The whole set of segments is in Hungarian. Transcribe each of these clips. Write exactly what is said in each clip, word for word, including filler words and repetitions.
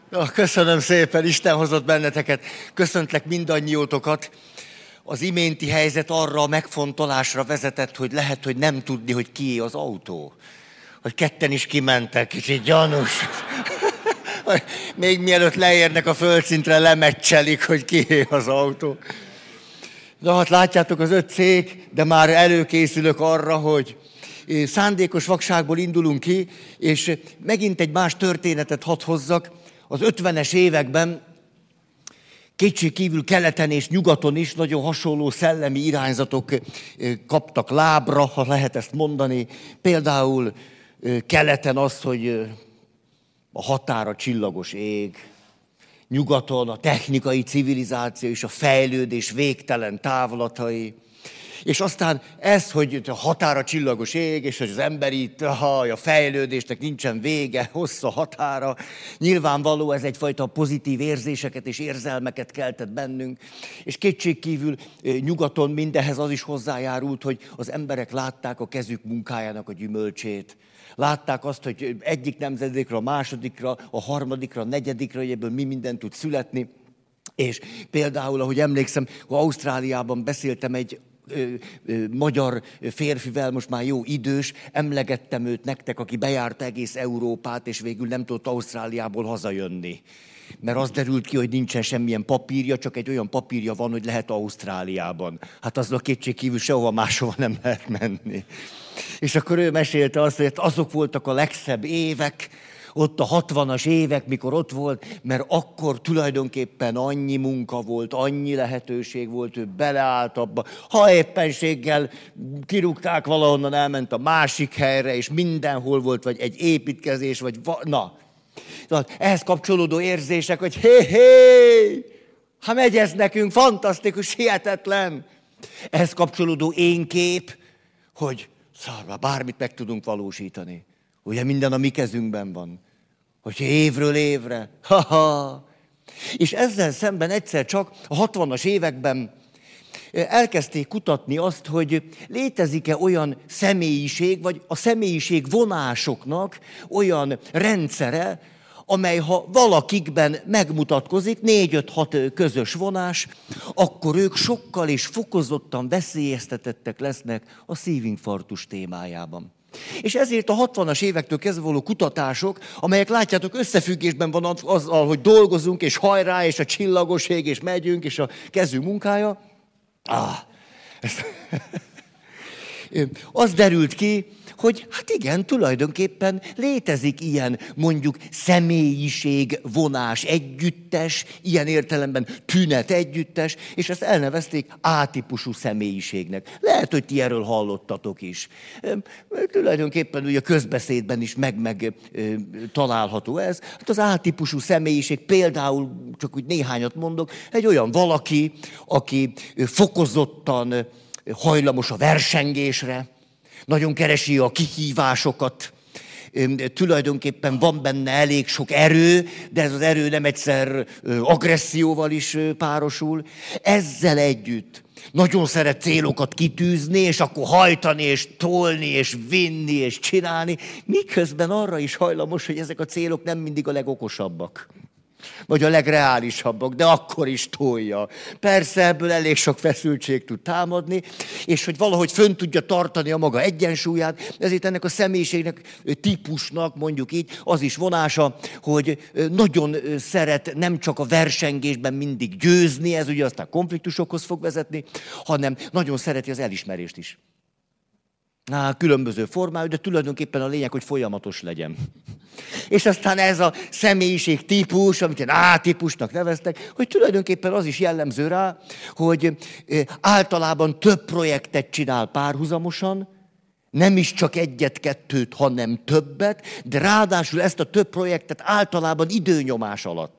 Ja, köszönöm szépen, Isten hozott benneteket. Köszöntlek mindannyiótokat. Az iménti helyzet arra a megfontolásra vezetett, hogy lehet, hogy nem tudni, hogy kié az autó. Hogy ketten is kimentek, kicsit gyanús. Még mielőtt leérnek a földszintre, lemeccselik, hogy kié az autó. Na hát látjátok, az öt cég, de már előkészülök arra, hogy szándékos vakságból indulunk ki, és megint egy más történetet hadd hozzak. Az ötvenes években kétségkívül keleten és nyugaton is nagyon hasonló szellemi irányzatok kaptak lábra, ha lehet ezt mondani. Például keleten az, hogy a határa csillagos ég, nyugaton a technikai civilizáció és a fejlődés végtelen távlatai. És aztán ez, hogy a határa csillagos ég, és hogy az emberi a fejlődésnek nincsen vége, hossza határa. Nyilvánvaló, ez egyfajta pozitív érzéseket és érzelmeket keltett bennünk. És kétségkívül nyugaton mindehhez az is hozzájárult, hogy az emberek látták a kezük munkájának a gyümölcsét. Látták azt, hogy egyik nemzedékre, a másodikra, a harmadikra, a negyedikre, hogy ebből mi minden tud születni. És például, ahogy emlékszem, Ausztráliában beszéltem egy Ö, ö, magyar férfivel, most már jó idős, emlegettem őt nektek, aki bejárta egész Európát, és végül nem tudott Ausztráliából hazajönni. Mert az derült ki, hogy nincsen semmilyen papírja, csak egy olyan papírja van, hogy lehet Ausztráliában. Hát azzal kétségkívül sehova máshova nem lehet menni. És akkor ő mesélte azt, hogy azok voltak a legszebb évek, ott a hatvanas évek, mikor ott volt, mert akkor tulajdonképpen annyi munka volt, annyi lehetőség volt, ő beleállt abba. Ha éppenséggel kirúgták valahonnan, elment a másik helyre, és mindenhol volt, vagy egy építkezés, vagy va- na. Tehát ehhez kapcsolódó érzések, hogy hé-hé, ha megy ez nekünk, fantasztikus, hihetetlen. Ehhez kapcsolódó énkép, hogy szarva, bármit meg tudunk valósítani. Ugye minden a mi kezünkben van. Hogy évről évre. Ha-ha. És ezzel szemben egyszer csak a hatvanas években elkezdték kutatni azt, hogy létezik-e olyan személyiség, vagy a személyiség vonásoknak olyan rendszere, amely ha valakikben megmutatkozik, négy-öt-hat közös vonás, akkor ők sokkal és fokozottan veszélyeztetettek lesznek a szívinfarktus témájában. És ezért a hatvanas évektől kezdve való kutatások, amelyek látjátok összefüggésben van azzal, hogy dolgozunk, és hajrá, és a csillagos ég, és megyünk, és a kezünk munkája. Ah, az derült ki, hogy hát igen, tulajdonképpen létezik ilyen mondjuk személyiségvonás együttes, ilyen értelemben tünet együttes, és ezt elnevezték A-típusú személyiségnek. Lehet, hogy ti erről hallottatok is. Tulajdonképpen ugye a közbeszédben is meg-meg található ez. Hát az A-típusú személyiség például, csak úgy néhányat mondok, egy olyan valaki, aki fokozottan hajlamos a versengésre, nagyon keresi a kihívásokat, tulajdonképpen van benne elég sok erő, de ez az erő nem egyszer agresszióval is párosul. Ezzel együtt nagyon szeret célokat kitűzni, és akkor hajtani, és tolni, és vinni, és csinálni, miközben arra is hajlamos, hogy ezek a célok nem mindig a legokosabbak. Vagy a legreálisabbak, de akkor is tolja. Persze ebből elég sok feszültség tud támadni, és hogy valahogy fönn tudja tartani a maga egyensúlyát, ezért ennek a személyiségnek, típusnak, mondjuk így, az is vonása, hogy nagyon szeret nem csak a versengésben mindig győzni, ez ugye aztán konfliktusokhoz fog vezetni, hanem nagyon szereti az elismerést is. Á, különböző formájú, de tulajdonképpen a lényeg, hogy folyamatos legyen. És aztán ez a személyiség típus, amit én A-típusnak neveztek, hogy tulajdonképpen az is jellemző rá, hogy általában több projektet csinál párhuzamosan, nem is csak egyet-kettőt, hanem többet, de ráadásul ezt a több projektet általában időnyomás alatt.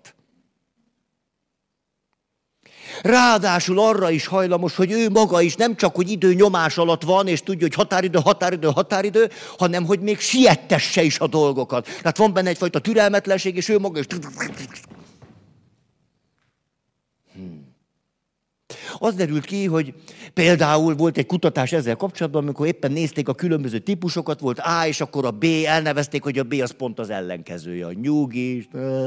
Ráadásul arra is hajlamos, hogy ő maga is nem csak, hogy időnyomás alatt van, és tudja, hogy határidő, határidő, határidő, hanem, hogy még siettesse is a dolgokat. Tehát van benne egyfajta türelmetlenség, és ő maga is... Hmm. az derült ki, hogy például volt egy kutatás ezzel kapcsolatban, amikor éppen nézték a különböző típusokat, volt A, és akkor a B, elnevezték, hogy a B az pont az ellenkezője, a nyugis.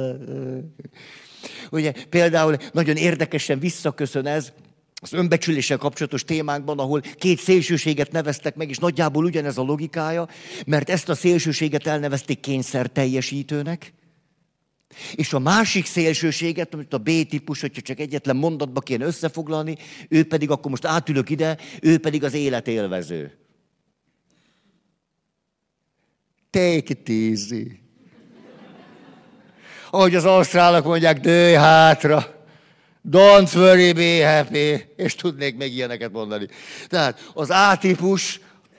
Ugye például nagyon érdekesen visszaköszön ez az önbecsüléssel kapcsolatos témánkban, ahol két szélsőséget neveztek meg, és nagyjából ugyanez a logikája, mert ezt a szélsőséget elnevezték kényszerteljesítőnek, és a másik szélsőséget, amit a B-típus, hogyha csak egyetlen mondatba kéne összefoglalni, ő pedig, akkor most átülök ide, ő pedig az életélvező. Take it easy. Ahogy az ausztrálok mondják, dőj hátra. Don't worry, be happy. És tudnék még ilyeneket mondani. Tehát az A-típus,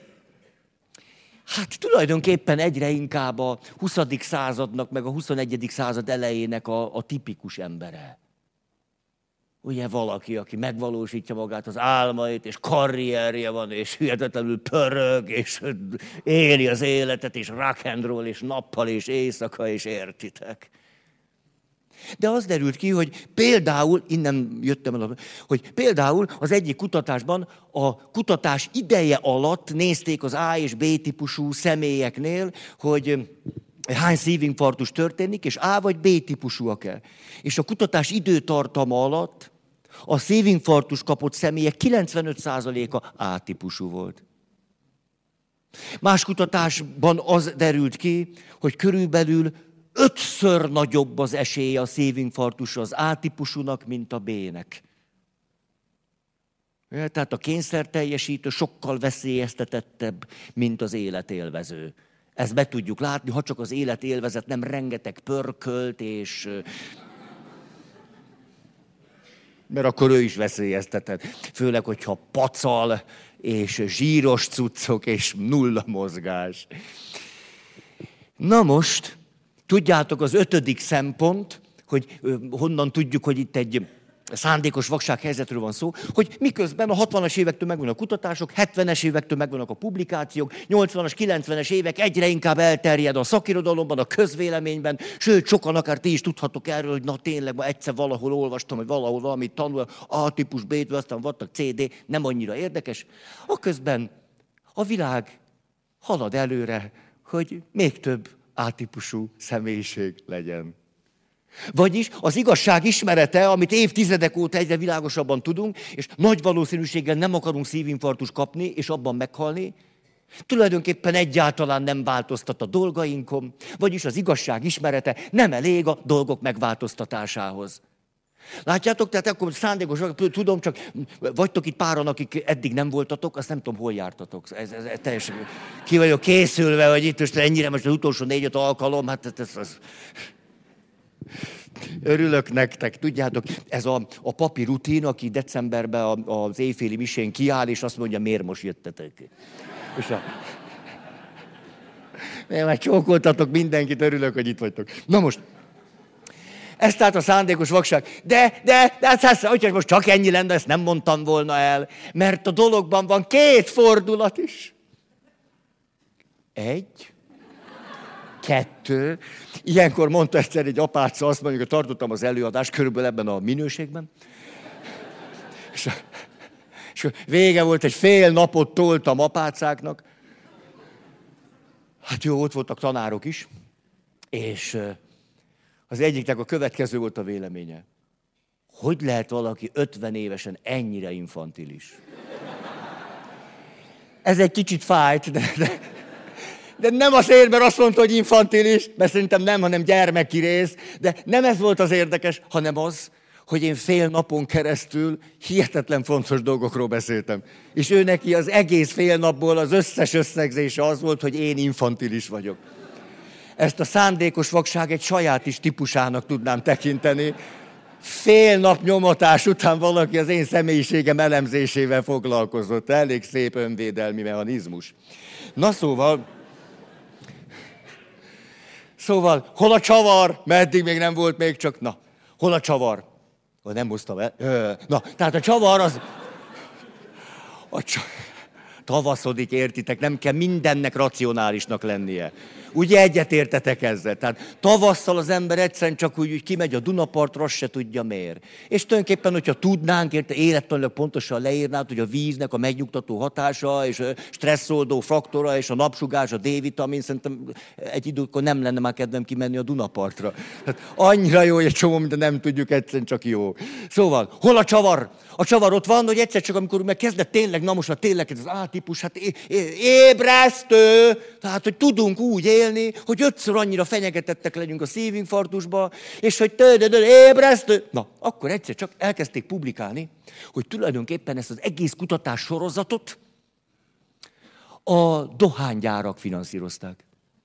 hát tulajdonképpen egyre inkább a huszadik századnak, meg a huszonegyedik század elejének a, a tipikus embere. Ugye valaki, aki megvalósítja magát, az álmait, és karrierje van, és hihetetlenül pörög, és éli az életet, és rock and roll, és nappal, és éjszaka, és értitek. De az derült ki, hogy például, innen jöttem el, hogy például az egyik kutatásban a kutatás ideje alatt nézték az A és B-típusú személyeknél, hogy hány szívinfarktus történik, és A vagy B-típusúak-e. És a kutatás időtartama alatt a szívinfarktus kapott személyek kilencvenöt százaléka A-típusú volt. Más kutatásban az derült ki, hogy körülbelül ötször nagyobb az esélye a szívinfarktusra az A-típusúnak, mint a B-nek. Tehát a kényszerteljesítő sokkal veszélyeztetettebb, mint az életélvező. Ezt be tudjuk látni, ha csak az életélvezet nem rengeteg pörkölt, és... mert akkor ő is veszélyeztetett. Főleg, hogyha pacal, és zsíros cuccok, és nulla mozgás. Na most... Tudjátok, az ötödik szempont, hogy honnan tudjuk, hogy itt egy szándékos vaksághelyzetről van szó, hogy miközben a hatvanas évektől megvannak a kutatások, hetvenes évektől megvannak a publikációk, nyolcvanas, kilencvenes évek egyre inkább elterjed a szakirodalomban, a közvéleményben, sőt, sokan akár ti is tudhatok erről, hogy na tényleg, ma egyszer valahol olvastam, hogy valahol valamit tanul, A-típus, B-től, aztán voltak C, D, nem annyira érdekes. Aközben a világ halad előre, hogy még több A-típusú személyiség legyen. Vagyis az igazság ismerete, amit évtizedek óta egyre világosabban tudunk, és nagy valószínűséggel nem akarunk szívinfarktust kapni, és abban meghalni, tulajdonképpen egyáltalán nem változtat a dolgainkon, vagyis az igazság ismerete nem elég a dolgok megváltoztatásához. Látjátok, tehát akkor szándékos, tudom, csak vagytok itt páran, akik eddig nem voltatok, azt nem tudom, hol jártatok. Ez, ez, ez teljesen ki vagyok készülve, hogy itt most ennyire, most az utolsó négy-öt alkalom, hát ez, ez, ez. Örülök nektek, tudjátok, ez a, a papi rutin, aki decemberben az éjféli misén kiáll, és azt mondja, miért most jöttetek. És a... Már csókoltatok mindenkit, örülök, hogy itt vagytok. Na most, ez tehát a szándékos vakság. De, de, de hát, hogyha most csak ennyi lenne, ezt nem mondtam volna el, mert a dologban van két fordulat is. Egy, kettő. Ilyenkor mondta egyszer egy apáca, azt mondjuk, hogy tartottam az előadást, körülbelül ebben a minőségben. És, és vége volt, egy fél napot toltam apácáknak. Hát jó, ott voltak tanárok is, és az egyiknek a következő volt a véleménye. Hogy lehet valaki ötven évesen ennyire infantilis? Ez egy kicsit fájt, de, de, de nem azért, mert azt mondta, hogy infantilis, mert szerintem nem, hanem gyermeki rész, de nem ez volt az érdekes, hanem az, hogy én fél napon keresztül hihetetlen fontos dolgokról beszéltem. És ő neki az egész fél napból az összes összegzése az volt, hogy én infantilis vagyok. Ezt a szándékos vakság egy saját is típusának tudnám tekinteni. Fél nap nyomatás után valaki az én személyiségem elemzésével foglalkozott. Elég szép önvédelmi mechanizmus. Na szóval... Szóval, hol a csavar? Mert eddig még nem volt még csak... Na, hol a csavar? Nem hoztam el. Na, tehát a csavar az... A csavar... tavaszodik, értitek, nem kell mindennek racionálisnak lennie. Ugye egyetértetek ezzel? Tehát tavasszal az ember egyszerűen csak úgy, úgy kimegy a Dunapartra, azt se tudja miért. És tulajdonképpen, hogyha tudnánk, érte, élettanilag pontosan leírnád, hogy a víznek a megnyugtató hatása, és a stresszoldó faktora, és a napsugás, a D-vitamin, szerintem egy időkor nem lenne már kedvem kimenni a Dunapartra. Tehát annyira jó, hogy egy csomó minden nem tudjuk, egyszerűen csak jó. Szóval, hol a csavar? A csavar ott van, hogy egyszer csak, amikor meg kezdett tényleg, na most már tényleg ez az A-típus, hát é- é- ébresztő, tehát, hogy tudunk úgy élni, hogy ötször annyira fenyegetettek legyünk a szívinfarktusba, és hogy tődödöd, ébresztő. Na, akkor egyszer csak elkezdték publikálni, hogy tulajdonképpen ezt az egész kutatás sorozatot a dohánygyárak finanszírozták.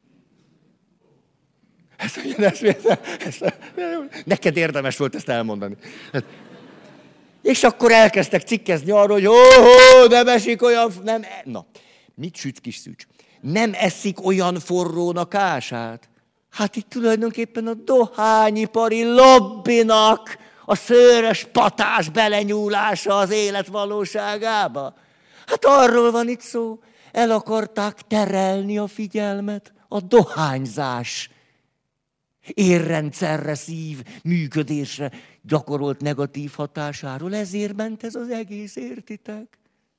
Ez, ez, ez, ez, neked érdemes volt ezt elmondani. És akkor elkezdtek cikkezni arról, hogy ó, nem esik olyan, nem, na, mit sütsz, kis szűcs? Nem eszik olyan forrón a kását? Hát itt tulajdonképpen a dohányipari lobbinak a szőrös patás belenyúlása az élet valóságába. Hát arról van itt szó, el akarták terelni a figyelmet a dohányzás érrendszerre, szív működésre gyakorolt negatív hatásáról. Ezért ment ez az egész, értitek?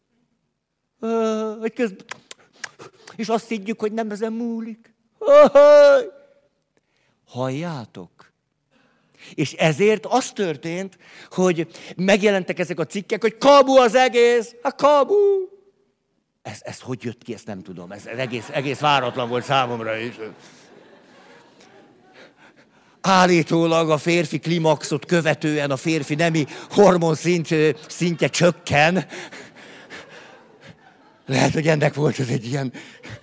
Hogy közben... És azt higgyük, hogy nem ezen múlik. Halljátok? És ezért az történt, hogy megjelentek ezek a cikkek, hogy kabu az egész. Hát kabu! Ez, ez hogy jött ki, ezt nem tudom. Ez, ez egész, egész váratlan volt számomra is. Állítólag a férfi klimaxot követően a férfi nemi hormon szint, szintje csökken. Lehet, hogy ennek volt ez egy ilyen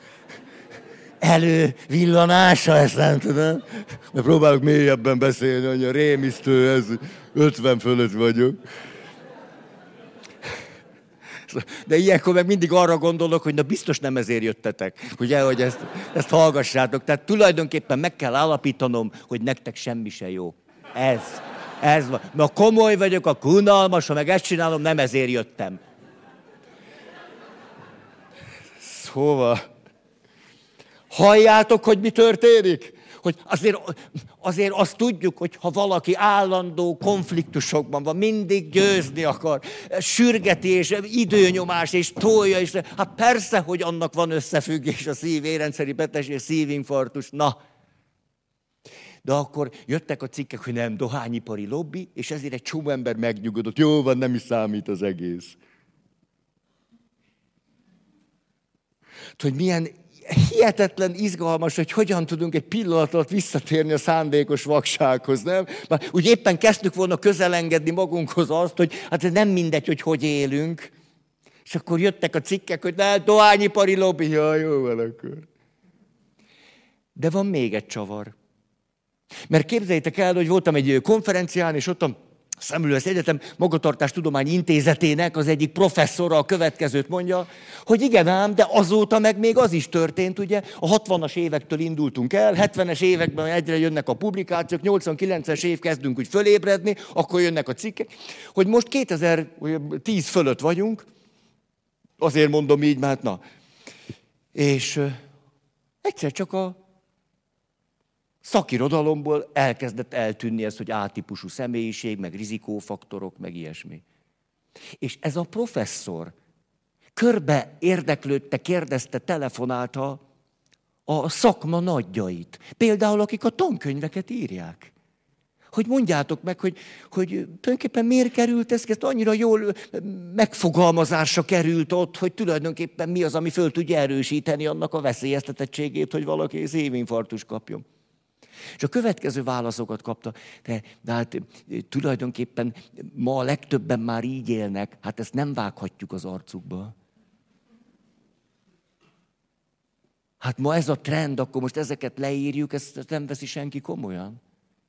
elővillanása, ezt nem tudom. Mert próbálok mélyebben beszélni, annyira rémisztő ez, ötven fölött vagyok. De ilyenkor meg mindig arra gondolok, hogy na biztos nem ezért jöttetek, ugye, hogy ezt, ezt hallgassátok. Tehát tulajdonképpen meg kell állapítanom, hogy nektek semmi se jó. Ez. Ez van. Na komoly vagyok, a unalmas, ha meg ezt csinálom, nem ezért jöttem. Szóval, halljátok, hogy mi történik? Hogy azért, azért azt tudjuk, hogy ha valaki állandó konfliktusokban van, mindig győzni akar, sürgeti, és időnyomás, és tolja, és hát persze, hogy annak van összefüggés a szív-érrendszeri betegség, és szívinfarktus, na. De akkor jöttek a cikkek, hogy nem, dohányipari lobby, és ezért egy csomó ember megnyugodott. Jó van, nem is számít az egész. Hogy milyen hihetetlen izgalmas, hogy hogyan tudunk egy pillanat alatt visszatérni a szándékos vaksághoz, nem? Már úgy éppen kezdtük volna közelengedni magunkhoz azt, hogy hát nem mindegy, hogy hogy élünk. És akkor jöttek a cikkek, hogy ne, dohányipari lobby, ja, jó van akkor. De van még egy csavar. Mert képzeljétek el, hogy voltam egy konferencián, és ott a Szemülősz Egyetem Magatartástudományi Intézetének az egyik professzora a következőt mondja, hogy igen ám, de azóta meg még az is történt, ugye, a hatvanas évektől indultunk el, hetvenes években egyre jönnek a publikációk, nyolcvankilences év kezdünk úgy fölébredni, akkor jönnek a cikkek, hogy most kétezer-tíz fölött vagyunk, azért mondom így, mert na, és uh, egyszer csak a szakirodalomból elkezdett eltűnni ez, hogy A-típusú személyiség, meg rizikófaktorok, meg ilyesmi. És ez a professzor körbe érdeklődte, kérdezte, telefonálta a szakma nagyjait. Például, akik a tankönyveket írják. Hogy mondjátok meg, hogy, hogy tulajdonképpen miért került ez, ezt annyira jól megfogalmazásra került ott, hogy tulajdonképpen mi az, ami föl tudja erősíteni annak a veszélyeztetettségét, hogy valaki szívinfarktus kapjon. És a következő válaszokat kapta, de, de hát tulajdonképpen ma a legtöbben már így élnek, hát ezt nem vághatjuk az arcukba. Hát ma ez a trend, akkor most ezeket leírjuk, ezt nem veszi senki komolyan.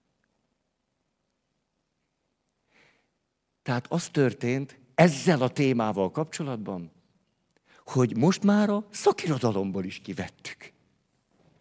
Tehát az történt ezzel a témával kapcsolatban, hogy most már a szakirodalomból is kivettük.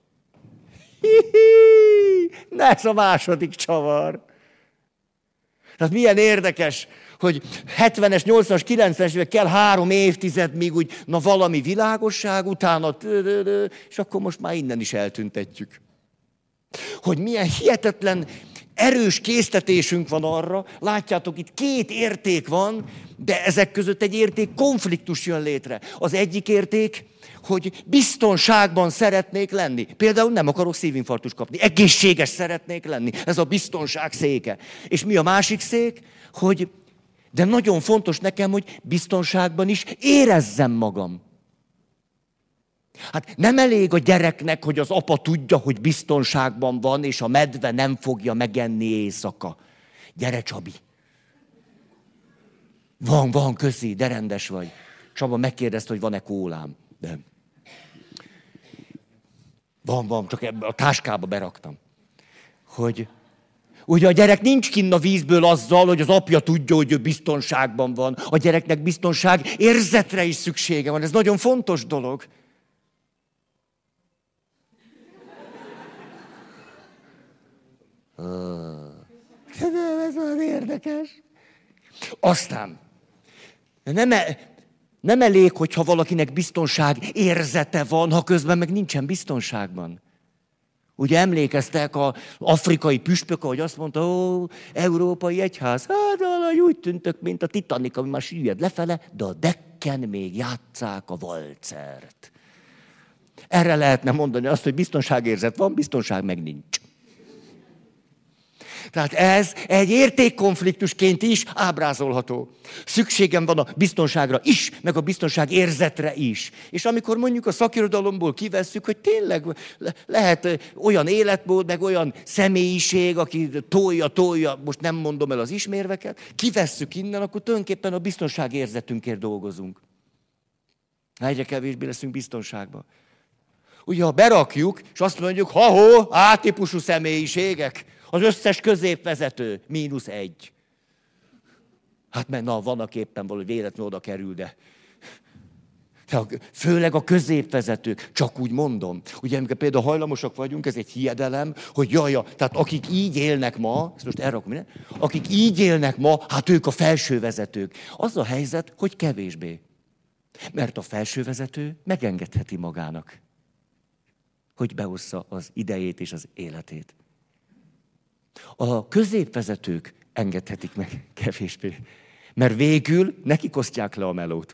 Na ez a második csavar. Tehát milyen érdekes, hogy hetvenes, nyolcvanas, kilencvenes évek kell három évtized, míg úgy, na valami világosság, utána, és akkor most már innen is eltüntetjük. Hogy milyen hihetetlen erős késztetésünk van arra, látjátok, itt két érték van, de ezek között egy érték konfliktus jön létre. Az egyik érték, hogy biztonságban szeretnék lenni. Például nem akarok szívinfarktust kapni. Egészséges szeretnék lenni. Ez a biztonság széke. És mi a másik szék? Hogy, de nagyon fontos nekem, hogy biztonságban is érezzem magam. Hát nem elég a gyereknek, hogy az apa tudja, hogy biztonságban van, és a medve nem fogja megenni éjszaka. Gyere, Csabi! Van, van, köszi, de rendes vagy. Csaba megkérdezte, hogy van-e kólám. Nem. Van, van, csak ebbe a táskába beraktam. Hogy ugye a gyerek nincs kinn a vízből azzal, hogy az apja tudja, hogy ő biztonságban van. A gyereknek biztonság érzetre is szüksége van. Ez nagyon fontos dolog. Ez az érdekes. Aztán nem, nem elég, hogyha valakinek biztonság érzete van, ha közben meg nincsen biztonságban. Ugye emlékeztek az afrikai püspök, ahogy azt mondta, ó, európai egyház, hát valahogy úgy tűntök, mint a Titanic, ami már süllyed lefele, de a dekken még játsszák a valcert. Erre lehetne mondani azt, hogy biztonságérzet van, biztonság meg nincs. Tehát ez egy értékkonfliktusként is ábrázolható. Szükségem van a biztonságra is, meg a biztonság érzetre is. És amikor mondjuk a szakirodalomból kivesszük, hogy tényleg lehet olyan életmód, meg olyan személyiség, aki tolja, tolja, most nem mondom el az ismérveket, kivesszük innen, akkor tulajdonképpen a biztonság érzetünkért dolgozunk. Egyre kevésbé leszünk biztonságban. Ugye, ha berakjuk, és azt mondjuk, ha-hó, A-típusú személyiségek, az összes középvezető, mínusz egy. Hát mert na, vannak éppen valahogy véletlenül oda kerül, de... de főleg a középvezetők, csak úgy mondom. Ugye, amikor például hajlamosak vagyunk, ez egy hiedelem, hogy jaj, ja, tehát akik így élnek ma, ezt most elrakom minden, akik így élnek ma, hát ők a felsővezetők. Az a helyzet, hogy kevésbé. Mert a felsővezető megengedheti magának, hogy beossza az idejét és az életét. A középvezetők engedhetik meg kevésbé, mert végül nekik osztják le a melót.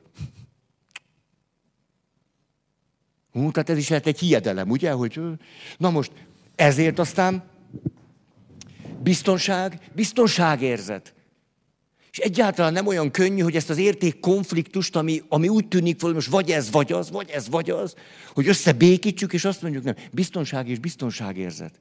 Hú, tehát ez is lehet egy hiedelem, ugye? Hogy, na most ezért aztán biztonság, biztonságérzet. És egyáltalán nem olyan könnyű, hogy ezt az értékkonfliktust, ami, ami úgy tűnik, hogy most vagy ez, vagy az, vagy ez, vagy az, hogy összebékítsük, és azt mondjuk, nem, biztonság és biztonságérzet.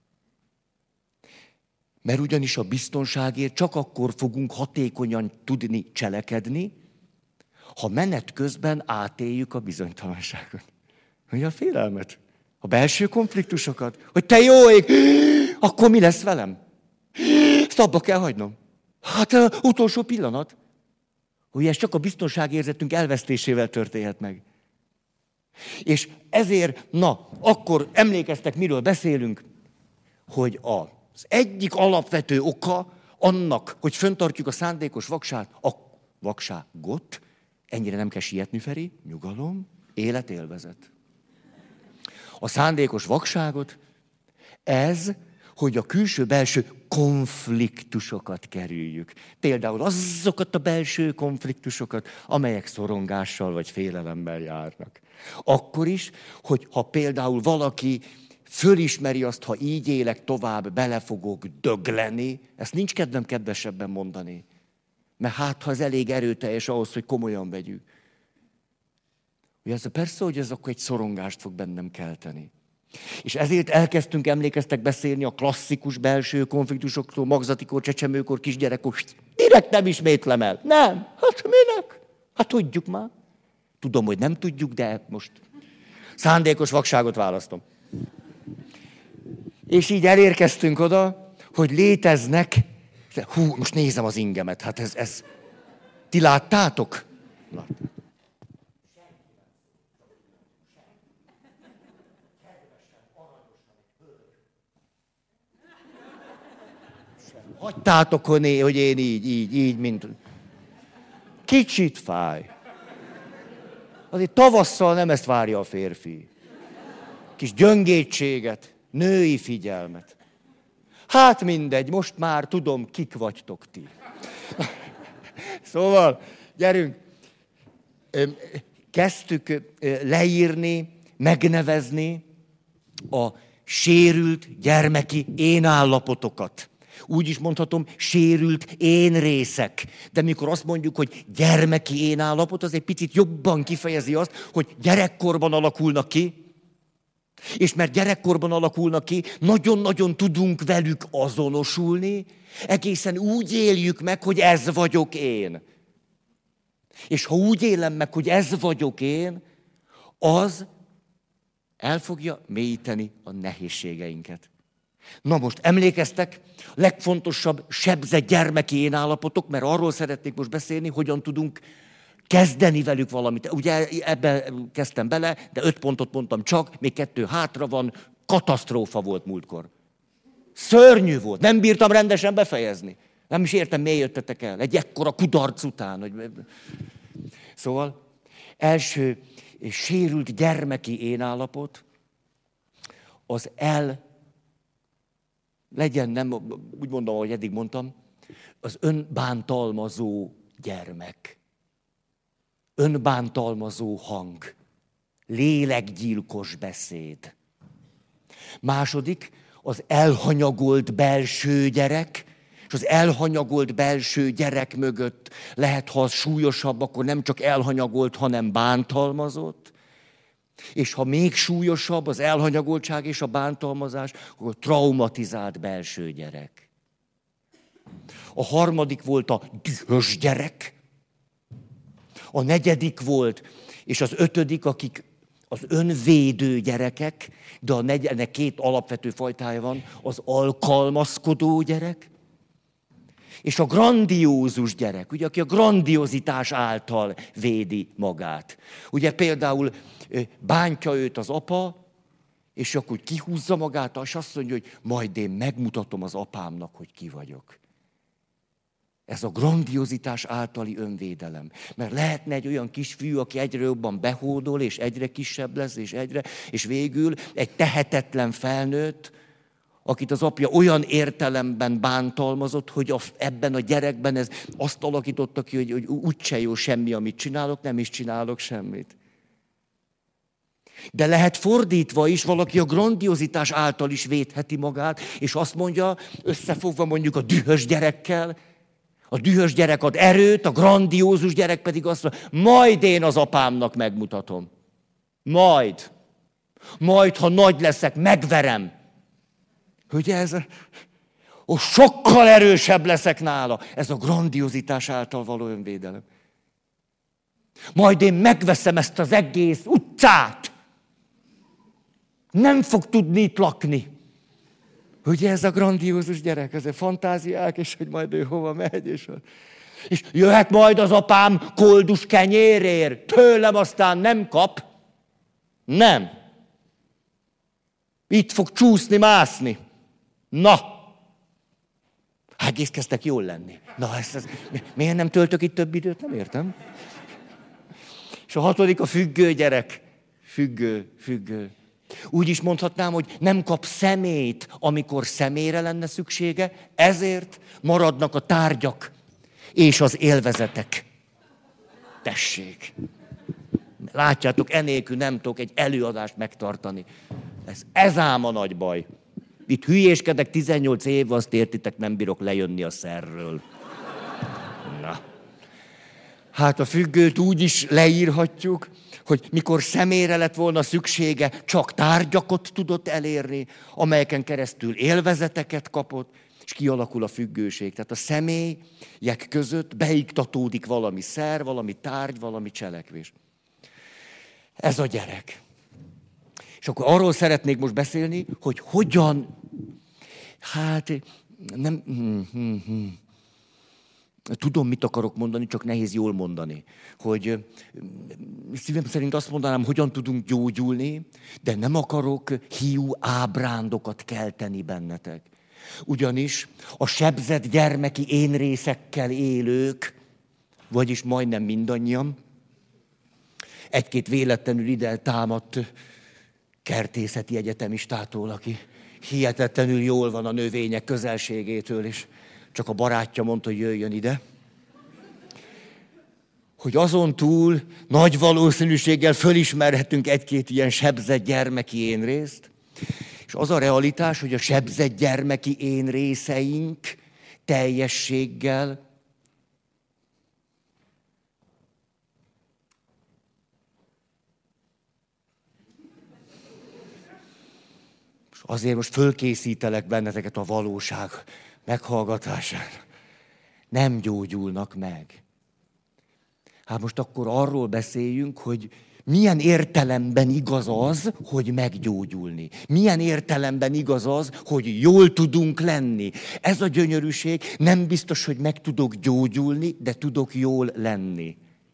Mert ugyanis a biztonságért csak akkor fogunk hatékonyan tudni cselekedni, ha menet közben átéljük a bizonytalanságot. Hogy a félelmet, a belső konfliktusokat, hogy te jó ég, akkor mi lesz velem? Ezt abba kell hagynom. Hát utolsó pillanat, hogy ez csak a biztonságérzetünk elvesztésével történhet meg. És ezért, na, akkor emlékeztek, miről beszélünk, hogy a az egyik alapvető oka annak, hogy fenntartjuk a szándékos vaksát, a vakságot, ennyire nem kell sietni, Feri, nyugalom, életélvezet. A szándékos vakságot, ez, hogy a külső-belső konfliktusokat kerüljük. Például azokat a belső konfliktusokat, amelyek szorongással vagy félelemmel járnak. Akkor is, hogy ha például valaki fölismeri azt, ha így élek tovább, bele fogok dögleni. Ezt nincs kedvem kedvesebben mondani. Mert hát, ha ez elég erőteljes ahhoz, hogy komolyan vegyük. Ugye ez persze, hogy ez akkor egy szorongást fog bennem kelteni. És ezért elkezdtünk, emlékeztek beszélni a klasszikus belső konfliktusokról, magzatikor, csecsemőkor, kisgyerekkor. Direkt nem ismétlem el. Nem. Hát minek? Hát tudjuk már. Tudom, hogy nem tudjuk, de most szándékos vakságot választom. És így elérkeztünk oda, hogy léteznek, hú, most nézem az ingemet, hát ez, ez, ti láttátok? Láttátok. Hagytátok, hogy én így, így, így, mint... Kicsit fáj. Azért tavasszal nem ezt várja a férfi. Kis gyöngétséget, női figyelmet. Hát mindegy, most már tudom, kik vagytok ti. Szóval, gyerünk, kezdtük leírni, megnevezni a sérült gyermeki énállapotokat. Úgy is mondhatom, sérült énrészek. De mikor azt mondjuk, hogy gyermeki énállapot, az egy picit jobban kifejezi azt, hogy gyerekkorban alakulnak ki, és mert gyerekkorban alakulnak ki, nagyon-nagyon tudunk velük azonosulni, egészen úgy éljük meg, hogy ez vagyok én. És ha úgy élem meg, hogy ez vagyok én, az el fogja mélyíteni a nehézségeinket. Na most emlékeztek, legfontosabb sebzett gyermeki énállapotok, mert arról szeretnék most beszélni, hogyan tudunk kezdeni velük valamit. Ugye ebben kezdtem bele, de öt pontot mondtam csak, még kettő hátra van, katasztrófa volt múltkor. Szörnyű volt, nem bírtam rendesen befejezni. Nem is értem, miért jöttetek el, egy ekkora kudarc után. Hogy... Szóval, első sérült gyermeki énállapot, az el, legyen nem, úgy mondom, ahogy eddig mondtam, az önbántalmazó gyermek. Önbántalmazó hang. Lélekgyilkos beszéd. Második, az elhanyagolt belső gyerek, és az elhanyagolt belső gyerek mögött lehet, ha az súlyosabb, akkor nem csak elhanyagolt, hanem bántalmazott. És ha még súlyosabb az elhanyagoltság és a bántalmazás, akkor traumatizált belső gyerek. A harmadik volt a dühös gyerek. A negyedik volt, és az ötödik, akik az önvédő gyerekek, de a negyednek két alapvető fajtája van, az alkalmazkodó gyerek, és a grandiózus gyerek, ugye, aki a grandiozitás által védi magát. Ugye például bántja őt az apa, és akkor úgy kihúzza magát, és azt mondja, hogy majd én megmutatom az apámnak, hogy ki vagyok. Ez a grandiozitás általi önvédelem. Mert lehetne egy olyan kisfiú, aki egyre jobban behódol, és egyre kisebb lesz, és egyre, és végül egy tehetetlen felnőtt, akit az apja olyan értelemben bántalmazott, hogy a, ebben a gyerekben ez azt alakította ki, hogy, hogy úgyse jó semmi, amit csinálok, nem is csinálok semmit. De lehet fordítva is, valaki a grandiozitás által is védheti magát, és azt mondja, összefogva mondjuk a dühös gyerekkel, a dühös gyerek ad erőt, a grandiózus gyerek pedig azt mondja, majd én az apámnak megmutatom. Majd. Majd, ha nagy leszek, megverem. Ugye ez a... Ó, sokkal erősebb leszek nála. Ez a grandiozitás által való önvédelem. Majd én megveszem ezt az egész utcát. Nem fog tudni itt lakni. Ugye ez a grandiózus gyerek, ez a fantáziák, és hogy majd ő hova megy, és, és jöhet majd az apám koldus kenyérért, tőlem aztán nem kap. Nem. Itt fog csúszni, mászni. Na, egész kezdtek jól lenni. Na, ezt, ezt, miért nem töltök itt több időt? Nem értem. És a hatodik a függő gyerek. Függő, függő. Úgy is mondhatnám, hogy nem kap szemét, amikor személyre lenne szüksége, ezért maradnak a tárgyak és az élvezetek. Tessék! Látjátok, enélkül nem tudok egy előadást megtartani. Ez, ez ám a nagy baj. Itt hülyéskedek tizennyolc év, azt értitek, nem bírok lejönni a szerről. Na. Hát a függőt úgy is leírhatjuk, hogy mikor személyre lett volna szüksége, csak tárgyakat tudott elérni, amelyeken keresztül élvezeteket kapott, és kialakul a függőség. Tehát a személyek között beiktatódik valami szer, valami tárgy, valami cselekvés. Ez a gyerek. És akkor arról szeretnék most beszélni, hogy hogyan, hát nem... Hm, hm, hm. Tudom, mit akarok mondani, csak nehéz jól mondani. Hogy szívem szerint azt mondanám, hogyan tudunk gyógyulni, de nem akarok hiú ábrándokat kelteni bennetek. Ugyanis a sebzett gyermeki énrészekkel élők, vagyis majdnem mindannyian, egy-két véletlenül ide támadt kertészeti egyetemistától, aki hihetetlenül jól van a növények közelségétől, és csak a barátja mondta, hogy jöjjön ide. Hogy azon túl nagy valószínűséggel fölismerhetünk egy-két ilyen sebzett gyermeki énrészt, és az a realitás, hogy a sebzett gyermeki énrészeink teljességgel és azért most fölkészítelek benneteket a valóság meghallgatására. Nem gyógyulnak meg. Hát most akkor arról beszéljünk, hogy milyen értelemben igaz az, hogy meggyógyulni. Milyen értelemben igaz az, hogy jól tudunk lenni. Ez a gyönyörűség, nem biztos, hogy meg tudok gyógyulni, de tudok jól lenni.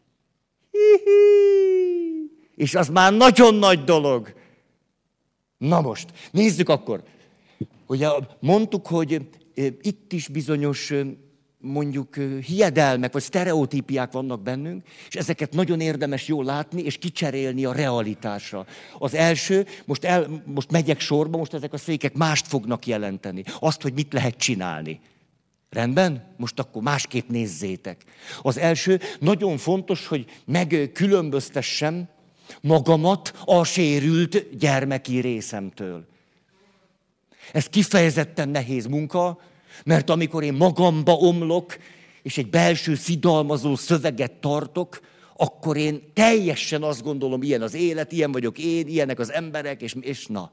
Hi-hi. És az már nagyon nagy dolog. Na most, nézzük akkor. Ugye mondtuk, hogy itt is bizonyos mondjuk hiedelmek, vagy sztereotípiák vannak bennünk, és ezeket nagyon érdemes jól látni, és kicserélni a realitásra. Az első, most, el, most megyek sorba, most ezek a székek mást fognak jelenteni. Azt, hogy mit lehet csinálni. Rendben? Most akkor másképp nézzétek. Az első, nagyon fontos, hogy megkülönböztessem magamat a sérült gyermeki részemtől. Ez kifejezetten nehéz munka, mert amikor én magamba omlok, és egy belső szidalmazó szöveget tartok, akkor én teljesen azt gondolom, ilyen az élet, ilyen vagyok én, ilyenek az emberek, és, és na.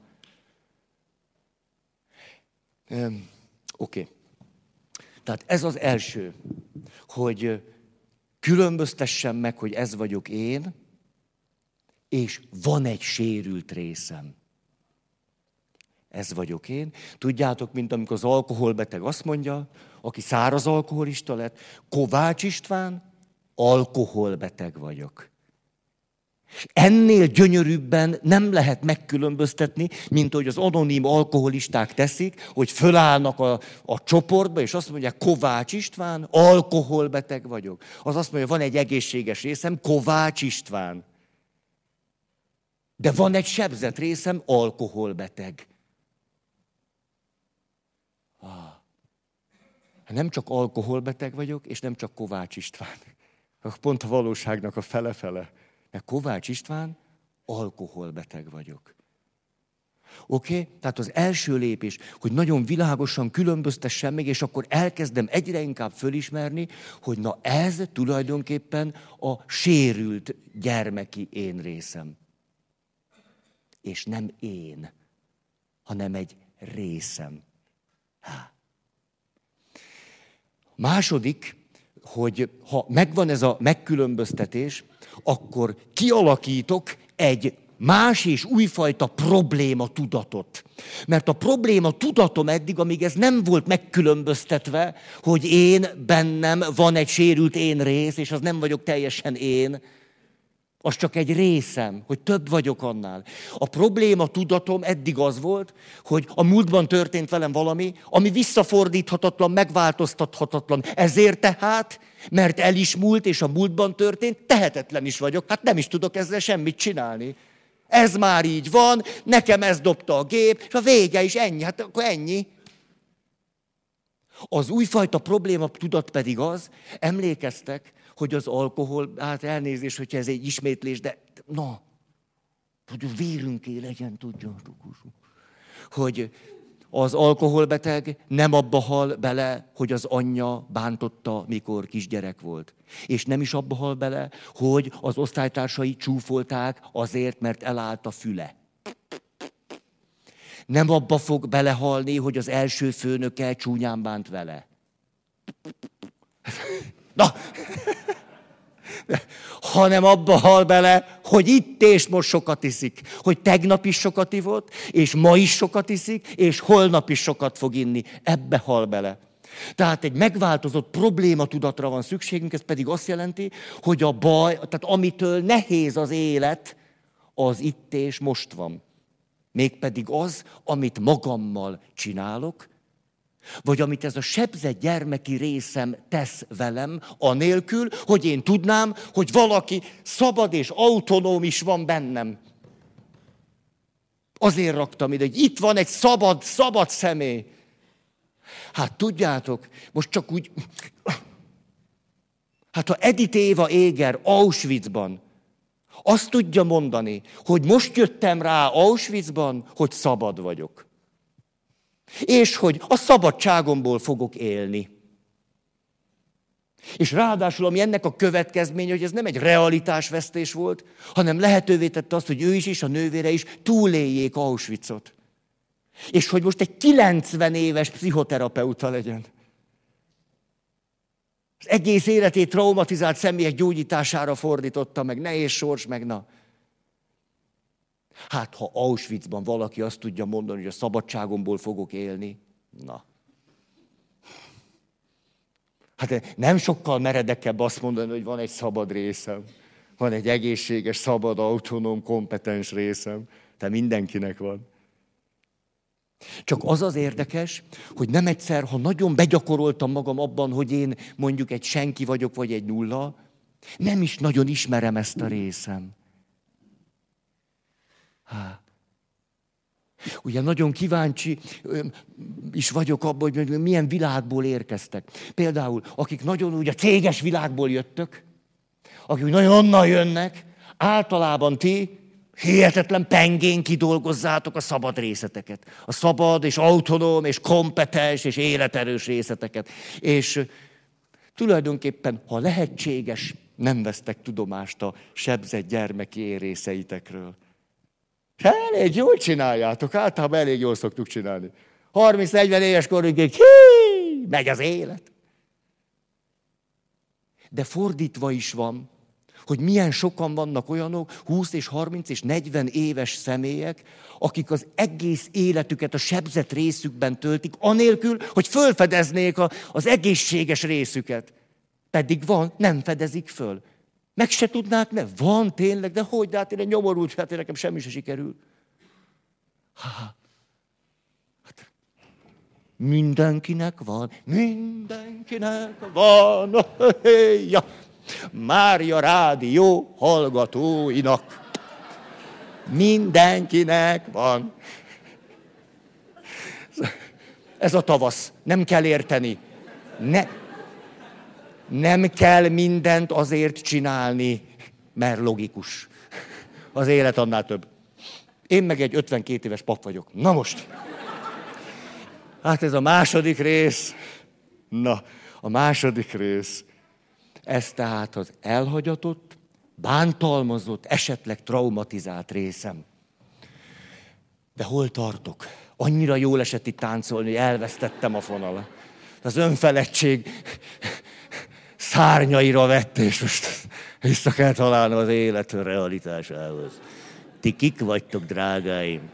Oké. Okay. Tehát ez az első, hogy különböztessem meg, hogy ez vagyok én, és van egy sérült részem. Ez vagyok én. Tudjátok, mint amikor az alkoholbeteg azt mondja, aki száraz alkoholista lett, Kovács István, alkoholbeteg vagyok. Ennél gyönyörűbben nem lehet megkülönböztetni, mint hogy az anonim alkoholisták teszik, hogy fölállnak a, a csoportba, és azt mondják, Kovács István, alkoholbeteg vagyok. Az azt mondja, van egy egészséges részem, Kovács István. De van egy sebzett részem, alkoholbeteg. Ah. Nem csak alkoholbeteg vagyok, és nem csak Kovács István. Pont a valóságnak a fele-fele. Mert Kovács István, alkoholbeteg vagyok. Oké? Okay? Tehát az első lépés, hogy nagyon világosan különböztessem meg, és akkor elkezdem egyre inkább fölismerni, hogy na ez tulajdonképpen a sérült gyermeki én részem. És nem én, hanem egy részem. Há. Második, hogy ha megvan ez a megkülönböztetés, akkor kialakítok egy más és újfajta probléma tudatot. Mert a probléma tudatom eddig, amíg ez nem volt megkülönböztetve, hogy én bennem van egy sérült én rész, és az nem vagyok teljesen én, az csak egy részem, hogy több vagyok annál. A probléma tudatom eddig az volt, hogy a múltban történt velem valami, ami visszafordíthatatlan, megváltoztathatatlan. Ezért tehát, mert el is múlt, és a múltban történt, tehetetlen is vagyok. Hát nem is tudok ezzel semmit csinálni. Ez már így van, nekem ez dobta a gép, és a vége is ennyi. Hát akkor ennyi. Az újfajta probléma tudat pedig az, emlékeztek, hogy az alkohol, hát elnézést, hogyha ez egy ismétlés, de na, hogy a vérünké legyen, tudjátok, hogy az alkoholbeteg nem abba hal bele, hogy az anyja bántotta, mikor kisgyerek volt. És nem is abba hal bele, hogy az osztálytársai csúfolták azért, mert elállt a füle. Nem abba fog belehalni, hogy az első főnöke csúnyán bánt vele. Na! Hanem abba hal bele, hogy itt és most sokat iszik. Hogy tegnap is sokat ivott, és ma is sokat iszik, és holnap is sokat fog inni. Ebbe hal bele. Tehát egy megváltozott problématudatra van szükségünk, ez pedig azt jelenti, hogy a baj, tehát amitől nehéz az élet, az itt és most van. Mégpedig az, amit magammal csinálok, Vagy amit ez a sebzett gyermeki részem tesz velem, anélkül, hogy én tudnám, hogy valaki szabad és autonóm is van bennem. Azért raktam ide, hogy itt van egy szabad, szabad személy. Hát tudjátok, most csak úgy... Hát ha Edith Éva Éger Auschwitzban azt tudja mondani, hogy most jöttem rá Auschwitzban, hogy szabad vagyok. És hogy a szabadságomból fogok élni. És ráadásul, ami ennek a következménye, hogy ez nem egy realitásvesztés volt, hanem lehetővé tette azt, hogy ő is és a nővére is túléljék Auschwitzot. És hogy most egy kilencven éves pszichoterapeuta legyen. Az egész életét traumatizált személyek gyógyítására fordította meg, nehéz sors, meg na. Hát, ha Auschwitzban valaki azt tudja mondani, hogy a szabadságomból fogok élni, na. Hát nem sokkal meredekebb azt mondani, hogy van egy szabad részem. Van egy egészséges, szabad, autonóm, kompetens részem. De mindenkinek van. Csak az az érdekes, hogy nem egyszer, ha nagyon begyakoroltam magam abban, hogy én mondjuk egy senki vagyok, vagy egy nulla, nem is nagyon ismerem ezt a részem. Há. Ugye nagyon kíváncsi is vagyok abban, hogy milyen világból érkeztek. Például, akik nagyon úgy a céges világból jöttök, akik nagyon onnan jönnek, általában ti hihetetlen pengén kidolgozzátok a szabad részleteket. A szabad és autonóm és kompetens és életerős részleteket. És tulajdonképpen, ha lehetséges, nem vesztek tudomást a sebzett gyermeki érészeitekről. Elég jól csináljátok, általában elég jól szoktuk csinálni. harminc-negyven éves korunkig, hí, megy az élet. De fordítva is van, hogy milyen sokan vannak olyanok, húsz és harminc és negyven éves személyek, akik az egész életüket a sebzett részükben töltik, anélkül, hogy fölfedeznék a, az egészséges részüket. Pedig van, nem fedezik föl. Meg se tudnák, ne? Van tényleg, de hogy, de hát én egy nyomorult, hát én nekem semmi se sikerül. Ha, hát, mindenkinek van, mindenkinek van, ja, Mária rádió hallgatóinak. Mindenkinek van. Ez a tavasz, nem kell érteni. Ne, nem kell mindent azért csinálni, mert logikus. Az élet annál több. Én meg egy ötvenkét éves pap vagyok. Na most. Hát ez a második rész. Na, a második rész. Ez tehát az elhagyatott, bántalmazott, esetleg traumatizált részem. De hol tartok? Annyira jól esett itt táncolni, hogy elvesztettem a fonalat. Az önfeledtség szárnyaira vett, és most vissza kell találnom az élet realitásához. Ti kik vagytok, drágáim?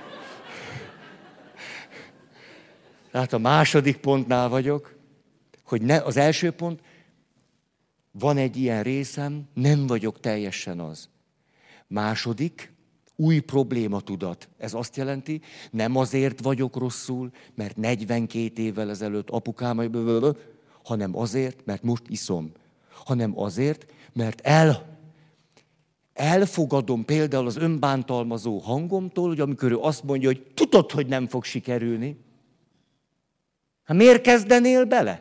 Tehát a második pontnál vagyok, hogy ne, az első pont, van egy ilyen részem, nem vagyok teljesen az. Második, új problématudat. Ez azt jelenti, nem azért vagyok rosszul, mert negyvenkét évvel ezelőtt apukám, hanem azért, mert most iszom. Hanem azért, mert el, elfogadom például az önbántalmazó hangomtól, hogy amikor ő azt mondja, hogy tudod, hogy nem fog sikerülni. Hát miért kezdenél bele?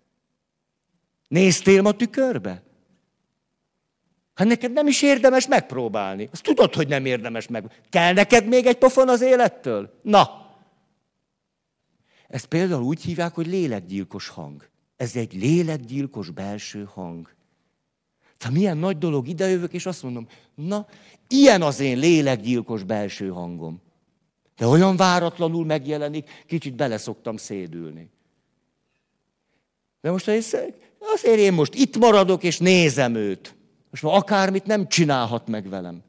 Néztél ma tükörbe? Hát neked nem is érdemes megpróbálni. Azt tudod, hogy nem érdemes meg. Kell neked még egy pofon az élettől? Na! Ezt például úgy hívják, hogy lélekgyilkos hang. Ez egy lélekgyilkos belső hang. Tehát milyen nagy dolog, idejövök, és azt mondom, na, ilyen az én lélekgyilkos belső hangom. De olyan váratlanul megjelenik, kicsit beleszoktam szédülni. De most azért én most itt maradok, és nézem őt. Most már akármit nem csinálhat meg velem.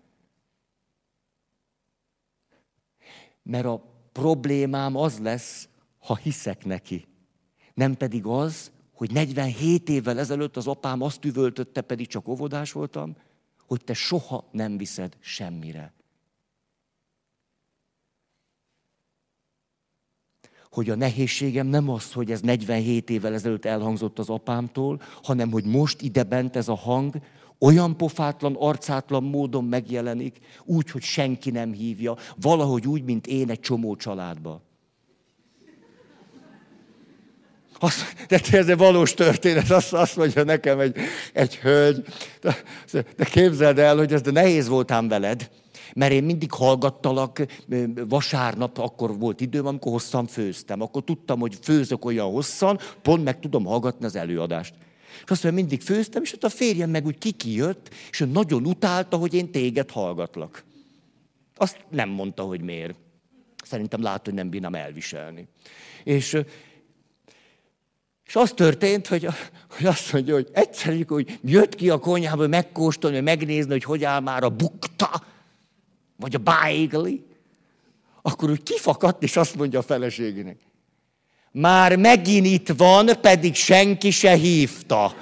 Mert a problémám az lesz, ha hiszek neki. Nem pedig az, hogy negyvenhét évvel ezelőtt az apám azt üvöltötte, pedig csak óvodás voltam, hogy te soha nem viszed semmire. hogy a nehézségem nem az, hogy ez negyvenhét évvel ezelőtt elhangzott az apámtól, hanem hogy most idebent ez a hang olyan pofátlan, arcátlan módon megjelenik, úgy, hogy senki nem hívja, valahogy úgy, mint én egy csomó családba. Azt, de ez egy valós történet, azt, azt mondja nekem egy, egy hölgy. De, de képzeld el, hogy ez de nehéz voltám veled, mert én mindig hallgattalak, vasárnap akkor volt időm, amikor hosszan főztem. Akkor tudtam, hogy főzök olyan hosszan, pont meg tudom hallgatni az előadást. És azt mondja, mindig főztem, és ott a férjem meg úgy kiki jött, és ő nagyon utálta, hogy én téged hallgatlak. Azt nem mondta, hogy miért. Szerintem lát, hogy nem bírnám elviselni. És... És az történt, hogy, hogy azt mondja, hogy egyszer, hogy jött ki a konyhába, megkóstolni, megnézni, hogy hogy áll már a bukta, vagy a bájgli, akkor úgy kifakadt, és azt mondja a feleségének, már megint itt van, pedig senki se hívta.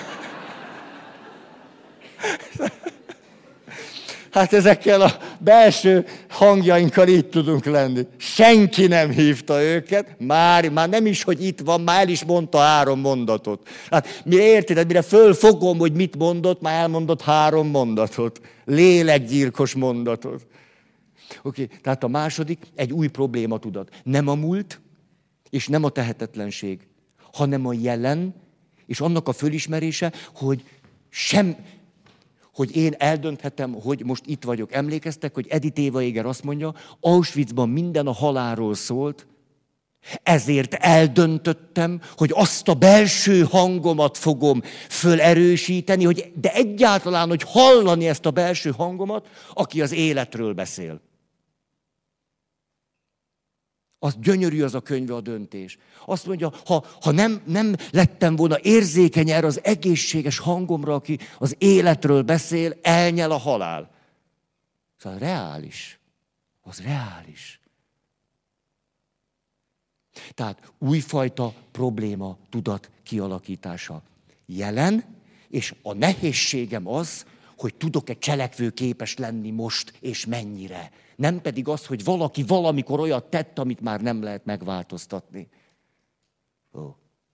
Hát ezekkel a belső hangjainkkal így tudunk lenni. Senki nem hívta őket, már, már nem is, hogy itt van, már el is mondta három mondatot. Hát mire érted, mire fölfogom, hogy mit mondott, már elmondott három mondatot. Lélekgyilkos mondatot. Oké, okay, tehát a második egy új problématudat. Nem a múlt, és nem a tehetetlenség, hanem a jelen, és annak a fölismerése, hogy sem... hogy én eldönthetem, hogy most itt vagyok. Emlékeztek, hogy Edith Éva Éger azt mondja, Auschwitzban minden a halálról szólt, ezért eldöntöttem, hogy azt a belső hangomat fogom fölerősíteni, hogy, de egyáltalán, hogy hallani ezt a belső hangomat, aki az életről beszél. Az gyönyörű az a könyve, a döntés. Azt mondja, ha, ha nem, nem lettem volna érzékeny erre az egészséges hangomra, aki az életről beszél, elnyel a halál. Szóval reális. Az reális. Tehát újfajta probléma tudat kialakítása. Jelen, és a nehézségem az, hogy tudok-e cselekvőképes lenni most, és mennyire. Nem pedig az, hogy valaki valamikor olyat tett, amit már nem lehet megváltoztatni. Ó.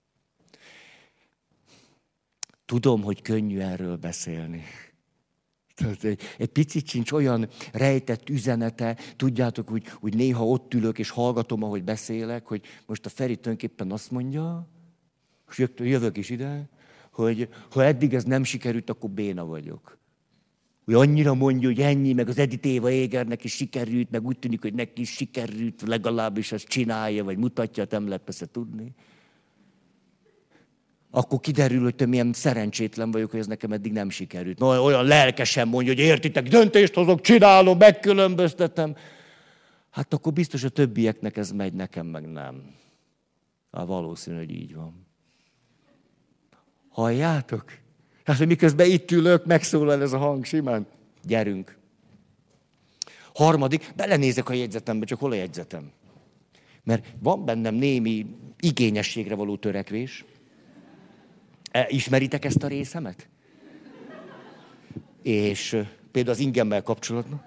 Tudom, hogy könnyű erről beszélni. Egy, egy picit sincs olyan rejtett üzenete, tudjátok, úgy, úgy néha ott ülök és hallgatom, ahogy beszélek, hogy most a Feri tulajdonképpen azt mondja, és jövök is ide, hogy ha eddig ez nem sikerült, akkor béna vagyok. Hogy annyira mondja, hogy ennyi, meg az Edith Éva Égernek is sikerült, meg úgy tűnik, hogy neki is sikerült, legalábbis ezt csinálja, vagy mutatja, nem lehet persze tudni. Akkor kiderül, hogy te milyen szerencsétlen vagyok, hogy ez nekem eddig nem sikerült. No, olyan lelkesen mondja, hogy értitek, döntést hozok, csinálom, megkülönböztetem. Hát akkor biztos a többieknek ez megy, nekem meg nem. Hát valószínű, hogy így van. Halljátok? Hát, hogy miközben itt ülök, megszólal ez a hang simán. Gyerünk. Harmadik, belenézek a jegyzetembe, csak hol a jegyzetem? Mert van bennem némi igényességre való törekvés. Ismeritek ezt a részemet? És például az ingemmel kapcsolatban.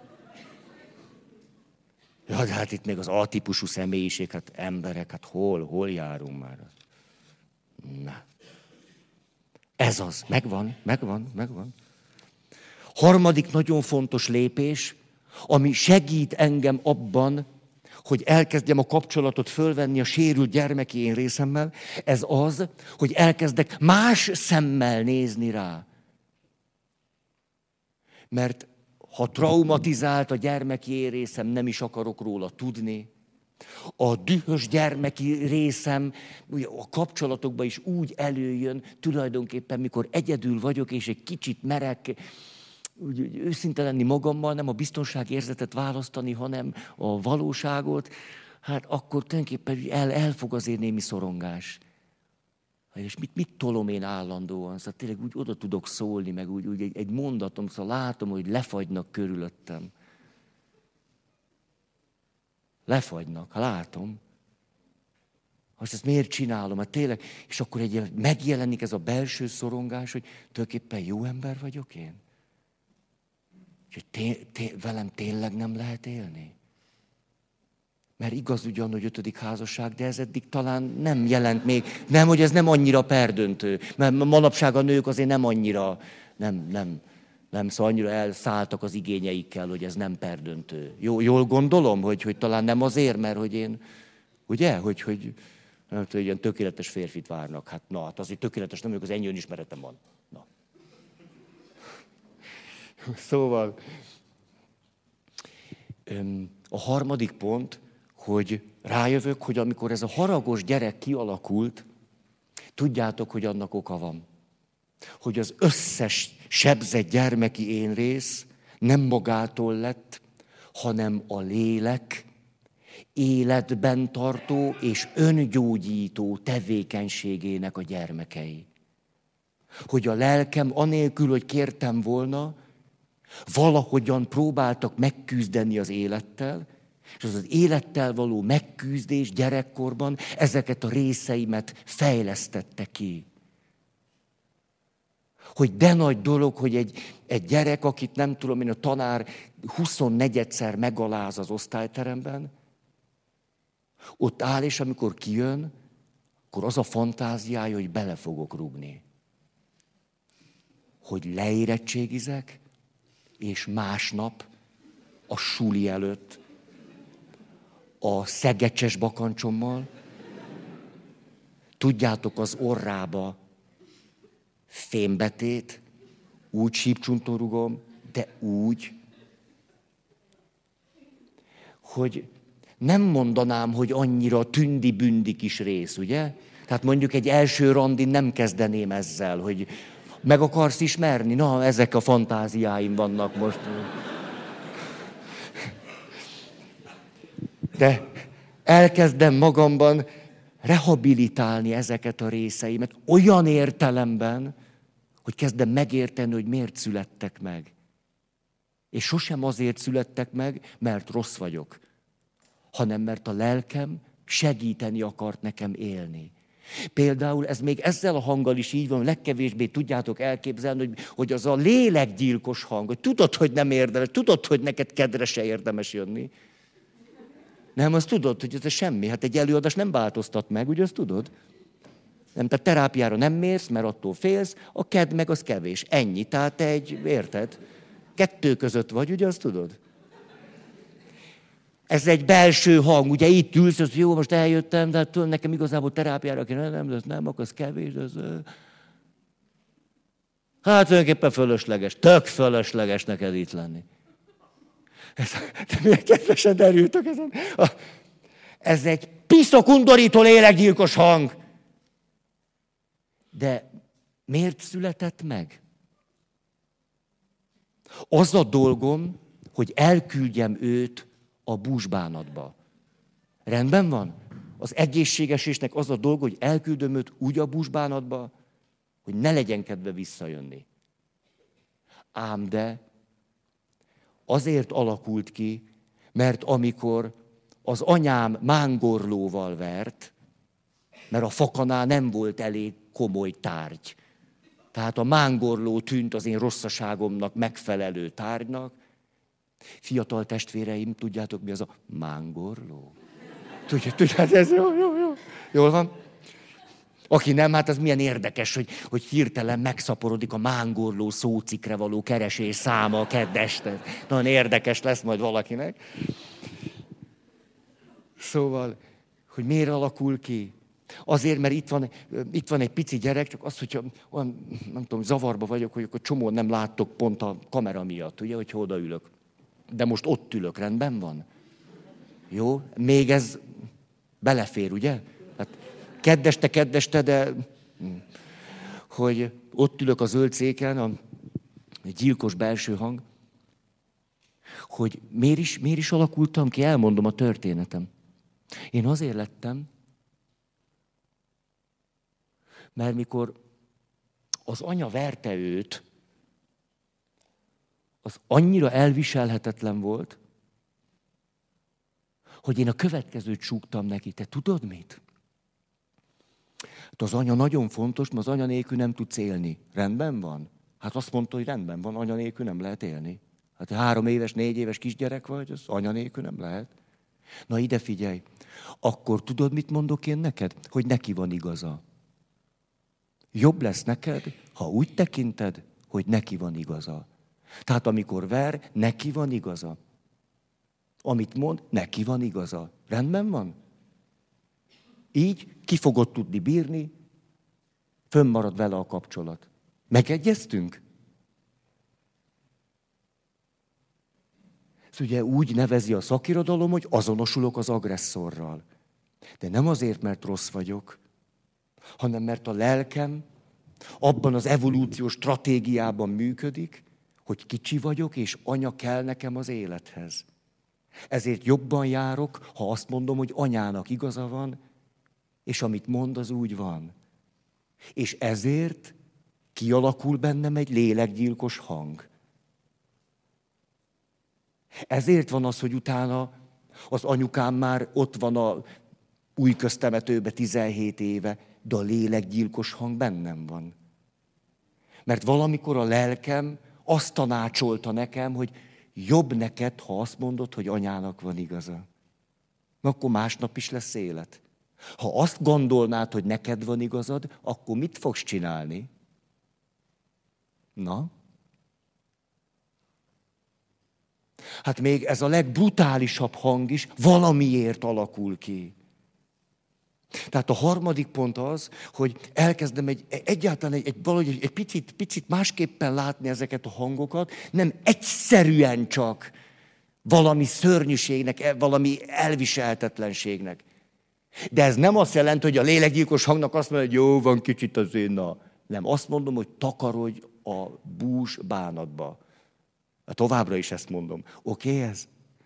Ja, de hát itt még az A-típusú személyiség, hát emberek, hát hol, hol járunk már? Na. Ez az. Megvan, megvan, megvan. Harmadik nagyon fontos lépés, ami segít engem abban, hogy elkezdjem a kapcsolatot fölvenni a sérült gyermeki én részemmel, ez az, hogy elkezdek más szemmel nézni rá. Mert ha traumatizált a gyermeki én részem, nem is akarok róla tudni. A dühös gyermeki részem ugye a kapcsolatokban is úgy előjön, tulajdonképpen, mikor egyedül vagyok, és egy kicsit merek, úgy, úgy őszinte lenni magammal, nem a biztonságérzetet választani, hanem a valóságot, hát akkor tulajdonképpen el, elfog azért némi szorongás. És mit, mit tolom én állandóan? Szóval tényleg úgy oda tudok szólni, meg úgy, úgy egy, egy mondatom, szóval látom, hogy lefagynak körülöttem. Lefagynak, látom. Most ezt miért csinálom? Hát tényleg, és akkor egy, megjelenik ez a belső szorongás, hogy tulajdonképpen jó ember vagyok én? Hogy té, té, velem tényleg nem lehet élni? Mert igaz ugyan, hogy ötödik házasság, de ez eddig talán nem jelent még. Nem, hogy ez nem annyira perdöntő. Mert manapság a nők azért nem annyira, nem, nem, nem, szóval annyira elszálltak az igényeikkel, hogy ez nem perdöntő. Jó, jól gondolom, hogy, hogy talán nem azért, mert hogy én, ugye, hogy, hogy, nem, hogy ilyen tökéletes férfit várnak. Hát na, hát azért tökéletes, nem ők, az ennyi önismeretem van. Na. Szóval, a harmadik pont, hogy rájövök, hogy amikor ez a haragos gyerek kialakult, tudjátok, hogy annak oka van. Hogy az összes sebzett gyermeki énrész nem magától lett, hanem a lélek életben tartó és öngyógyító tevékenységének a gyermekei. Hogy a lelkem anélkül, hogy kértem volna, valahogyan próbáltak megküzdeni az élettel, és az az élettel való megküzdés gyerekkorban ezeket a részeimet fejlesztette ki. Hogy de nagy dolog, hogy egy, egy gyerek, akit nem tudom én, a tanár huszonnegyedszer megaláz az osztályteremben, ott áll, és amikor kijön, akkor az a fantáziája, hogy bele fogok rúgni. Hogy leérettségizek, és másnap a suli előtt a szegecses bakancsommal, tudjátok, az orrába fémbetét, úgy sípcsonton rugom, de úgy, hogy nem mondanám, hogy annyira tündi-bündi kis rész, ugye? Tehát mondjuk egy első randin nem kezdeném ezzel, hogy meg akarsz ismerni? Na, ezek a fantáziáim vannak most. De elkezdem magamban rehabilitálni ezeket a részeimet olyan értelemben, hogy kezdem megérteni, hogy miért születtek meg. És sosem azért születtek meg, mert rossz vagyok, hanem mert a lelkem segíteni akart nekem élni. Például ez még ezzel a hanggal is így van, legkevésbé tudjátok elképzelni, hogy, hogy az a lélekgyilkos hang, hogy tudod, hogy nem érdemes, tudod, hogy neked kedre se érdemes jönni. Nem, azt tudod, hogy ez semmi. Hát egy előadás nem változtat meg, ugye azt tudod? Nem, tehát terápiára nem mész, mert attól félsz, a ked meg az kevés. Ennyi, tehát te egy, érted? Kettő között vagy, ugye azt tudod? Ez egy belső hang, ugye itt ülsz, hogy jó, most eljöttem, de hát tudom, nekem igazából terápiára kéne, nem, de nem, akkor az kevés, de az... Hát tulajdonképpen fölösleges, tök fölösleges neked itt lenni. Ez, de milyen kedvesen derültök ezen. Ez egy piszokundorító lélekgyilkos hang. De miért született meg? Az a dolgom, hogy elküldjem őt a búzsbánatba. Rendben van? Az egészségesésnek az a dolga, hogy elküldöm őt úgy a búzsbánatba, hogy ne legyen kedve visszajönni. Ám de azért alakult ki, mert amikor az anyám mángorlóval vert, mert a fakanál nem volt elég komoly tárgy. Tehát a mángorló tűnt az én rosszaságomnak megfelelő tárgynak. Fiatal testvéreim, tudjátok, mi az a mángorló? Tudjátok, tudjátok, ez jó, jó, jó. Jól van? Aki nem, hát az milyen érdekes, hogy, hogy hirtelen megszaporodik a mángorló szócikre való keresés száma a kedd este. Nagyon érdekes lesz majd valakinek. Szóval, hogy miért alakul ki? Azért, mert itt van, itt van egy pici gyerek, csak az, hogyha olyan, nem tudom, zavarba vagyok, hogy akkor csomóan nem láttok pont a kamera miatt, ugye, hogy odaülök. De most ott ülök, rendben van? Jó? Még ez belefér, ugye? Hát keddeste, keddeste, de hogy ott ülök a zöld széken, a gyilkos belső hang, hogy miért is, miért is alakultam ki, elmondom a történetem. Én azért lettem, mert mikor az anya verte őt, az annyira elviselhetetlen volt, hogy én a következőt súgtam neki. Te tudod mit? Hát az anya nagyon fontos, mert az anya nélkül nem tudsz élni. Rendben van? Hát azt mondta, hogy rendben van, anya nélkül nem lehet élni. Hát három éves, négy éves kisgyerek vagy, az anya nélkül nem lehet. Na ide figyelj, akkor tudod, mit mondok én neked? Hogy neki van igaza. Jobb lesz neked, ha úgy tekinted, hogy neki van igaza. Tehát amikor ver, neki van igaza. Amit mond, neki van igaza. Rendben van? Így ki fogod tudni bírni, fönnmarad vele a kapcsolat. Megegyeztünk? Ezt ugye úgy nevezi a szakirodalom, hogy azonosulok az agresszorral. De nem azért, mert rossz vagyok, hanem mert a lelkem abban az evolúciós stratégiában működik, hogy kicsi vagyok, és anya kell nekem az élethez. Ezért jobban járok, ha azt mondom, hogy anyának igaza van, és amit mond, az úgy van. És ezért kialakul bennem egy lélekgyilkos hang. Ezért van az, hogy utána az anyukám már ott van a új köztemetőbe tizenhét éve, de a lélekgyilkos hang bennem van. Mert valamikor a lelkem azt tanácsolta nekem, hogy jobb neked, ha azt mondod, hogy anyának van igaza. Akkor másnap is lesz élet. Ha azt gondolnád, hogy neked van igazad, akkor mit fogsz csinálni? Na? Hát még ez a legbrutálisabb hang is valamiért alakul ki. Tehát a harmadik pont az, hogy elkezdem egy, egyáltalán egy, egy, valahogy egy picit, picit másképpen látni ezeket a hangokat, nem egyszerűen csak valami szörnyűségnek, valami elviselhetetlenségnek. De ez nem azt jelenti, hogy a lélekgyilkos hangnak azt mondja, hogy jó, van kicsit az én, na. Nem, azt mondom, hogy takarodj a bús bánatba. Továbbra is ezt mondom. Oké okay, ez?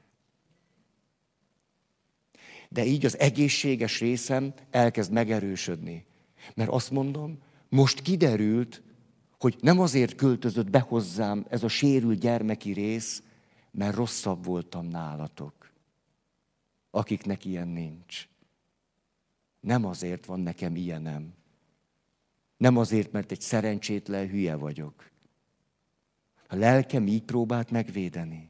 De így az egészséges részem elkezd megerősödni. Mert azt mondom, most kiderült, hogy nem azért költözött be hozzám ez a sérült gyermeki rész, mert rosszabb voltam nálatok, akiknek ilyen nincs. Nem azért van nekem ilyenem. Nem azért, mert egy szerencsétlen hülye vagyok. A lelkem így próbált megvédeni.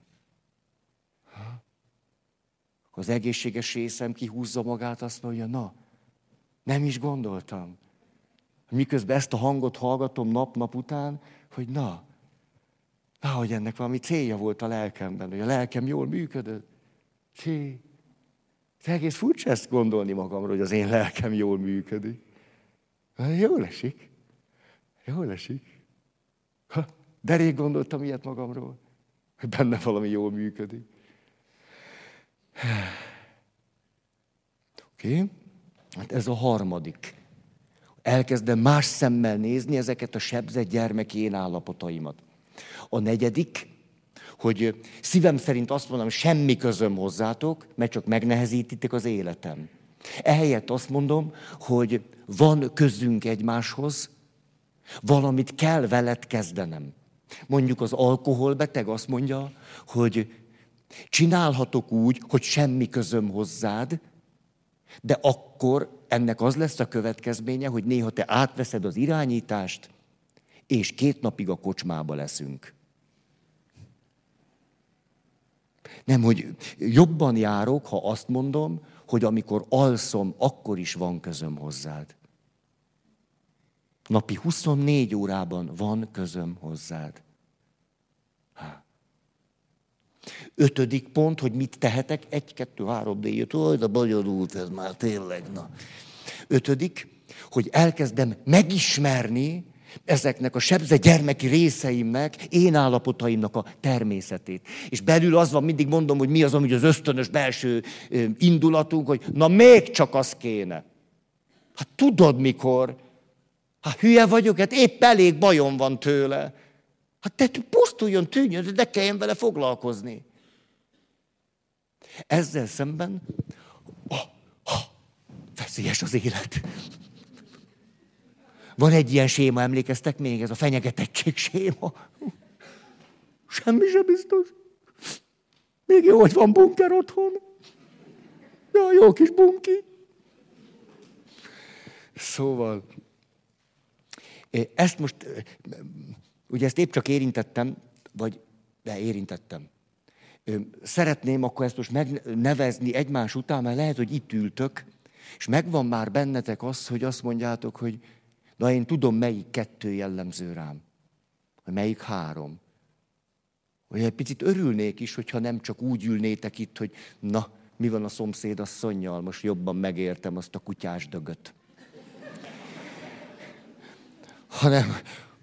Az egészséges részem kihúzza magát, azt mondja, na, nem is gondoltam. Miközben ezt a hangot hallgatom nap-nap után, hogy na, na, hogy ennek valami célja volt a lelkemben, hogy a lelkem jól működött. Csí. Ez egész furcsa ezt gondolni magamról, hogy az én lelkem jól működik. Jól esik. Jól esik. Ha, de rég gondoltam ilyet magamról, hogy benne valami jól működik. Oké? Okay. Hát ez a harmadik. Elkezdem más szemmel nézni ezeket a sebzett gyermeki én állapotaimat. A negyedik, hogy szívem szerint azt mondom, semmi közöm hozzátok, mert csak megnehezítitek az életem. Ehelyett azt mondom, hogy van közünk egymáshoz, valamit kell veled kezdenem. Mondjuk az alkoholbeteg azt mondja, hogy csinálhatok úgy, hogy semmi közöm hozzád, de akkor ennek az lesz a következménye, hogy néha te átveszed az irányítást, és két napig a kocsmába leszünk. Nem, hogy jobban járok, ha azt mondom, hogy amikor alszom, akkor is van közöm hozzád. Napi huszonnégy órában van közöm hozzád. Há. Ötödik pont, hogy mit tehetek, egy, kettő, három, négy, öt, olyan a bonyolult, ez már tényleg, na. Ötödik, hogy elkezdem megismerni ezeknek a sebzett gyermeki részeimnek, én állapotaimnak a természetét. És belül az van, mindig mondom, hogy mi az, ami az ösztönös belső indulatunk, hogy na még csak az kéne. Hát tudod mikor? Hát hülye vagyok, hát épp elég bajom van tőle. Hát te pusztuljon, tűnjön, de ne kelljen vele foglalkozni. Ezzel szemben, oh, oh, veszélyes az élet. Van egy ilyen séma, emlékeztek még? Ez a fenyegetettség séma. Semmi sem biztos. Még jó, hogy van bunker otthon. Ja, jó kis bunki. Szóval, ezt most, ugye ezt épp csak érintettem, vagy de érintettem. Szeretném akkor ezt most megnevezni egymás után, mert lehet, hogy itt ültök, és megvan már bennetek az, hogy azt mondjátok, hogy na én tudom, melyik kettő jellemző rám, vagy melyik három. Vagy egy picit örülnék is, hogyha nem csak úgy ülnétek itt, hogy na, mi van a szomszéd asszonnyal, most jobban megértem azt a kutyás dögöt. Hanem,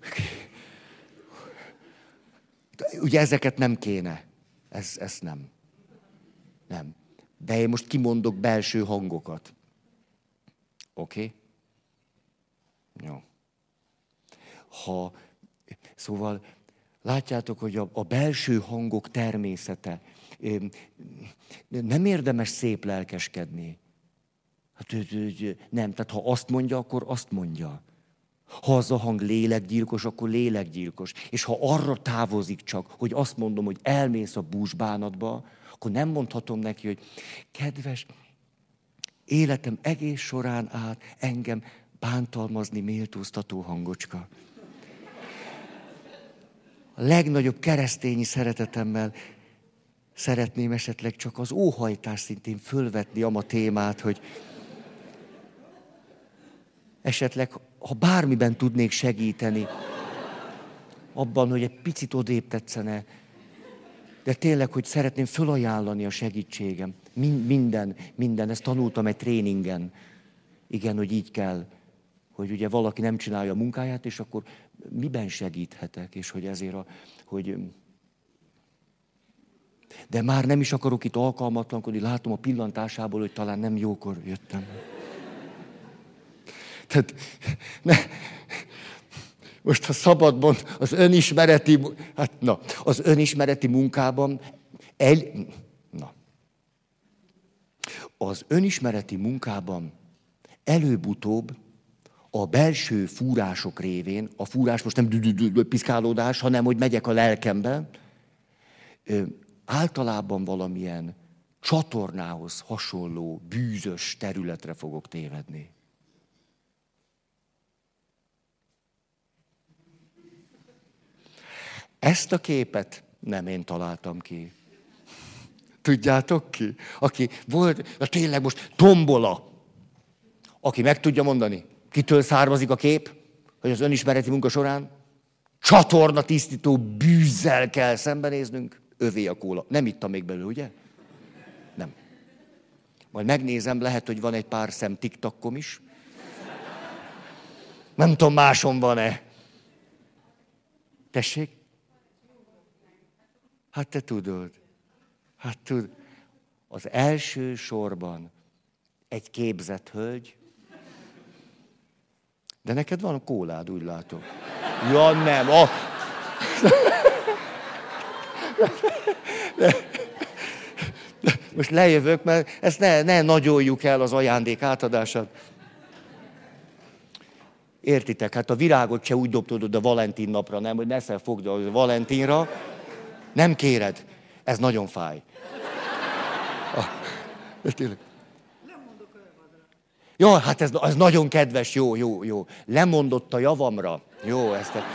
ugye ezeket nem kéne. Ez, ez nem. Nem. De én most kimondok belső hangokat. Oké? Okay? Jó. Ha, szóval látjátok, hogy a, a belső hangok természete. Nem érdemes szép lelkeskedni. Hát, nem, tehát ha azt mondja, akkor azt mondja. Ha az a hang lélekgyilkos, akkor lélekgyilkos. És ha arra távozik csak, hogy azt mondom, hogy elmész a búzsbánatba, akkor nem mondhatom neki, hogy kedves, életem egész során át engem bántalmazni méltóztató hangocska. A legnagyobb keresztényi szeretetemmel szeretném esetleg csak az óhajtás szintén fölvetni ama témát, hogy esetleg, ha bármiben tudnék segíteni, abban, hogy egy picit odébb tetszene, de tényleg, hogy szeretném fölajánlani a segítségem. Minden, minden, ezt tanultam egy tréningen. Igen, hogy így kell, hogy ugye valaki nem csinálja a munkáját, és akkor miben segíthetek, és hogy ezért a, hogy... De már nem is akarok itt alkalmatlankodni, látom a pillantásából, hogy talán nem jókor jöttem. Tehát, ne, most ha szabad mond, az önismereti, hát na, az önismereti munkában, el, na, az önismereti munkában előbb-utóbb a belső fúrások révén, a fúrás most nem piszkálódás, hanem hogy megyek a lelkembe, általában valamilyen csatornához hasonló, bűzös területre fogok tévedni. Ezt a képet nem én találtam ki. Tudjátok ki? Aki volt, de tényleg most tombola. Aki meg tudja mondani, kitől származik a kép, hogy az önismereti munka során csatorna tisztító bűzzel kell szembenéznünk, övé a kóla. Nem ittam még belőle, ugye? Nem. Majd megnézem, lehet, hogy van egy pár szem TikTokom is. Nem tudom, máson van-e. Tessék? Hát te tudod. Hát tud. Az első sorban egy képzett hölgy, de neked van kólád, úgy látom. Ja, nem. A... De, de, most lejövök, mert ezt ne, ne nagyoljuk el az ajándék átadását. Értitek? Hát a virágot se úgy dobtod a Valentin napra, nem? Hogy neszel fogd a Valentinra. Nem kéred. Ez nagyon fáj. Ah, tényleg. Jó, hát ez, ez nagyon kedves, jó, jó, jó. Lemondott a javamra. Jó, ezt... A...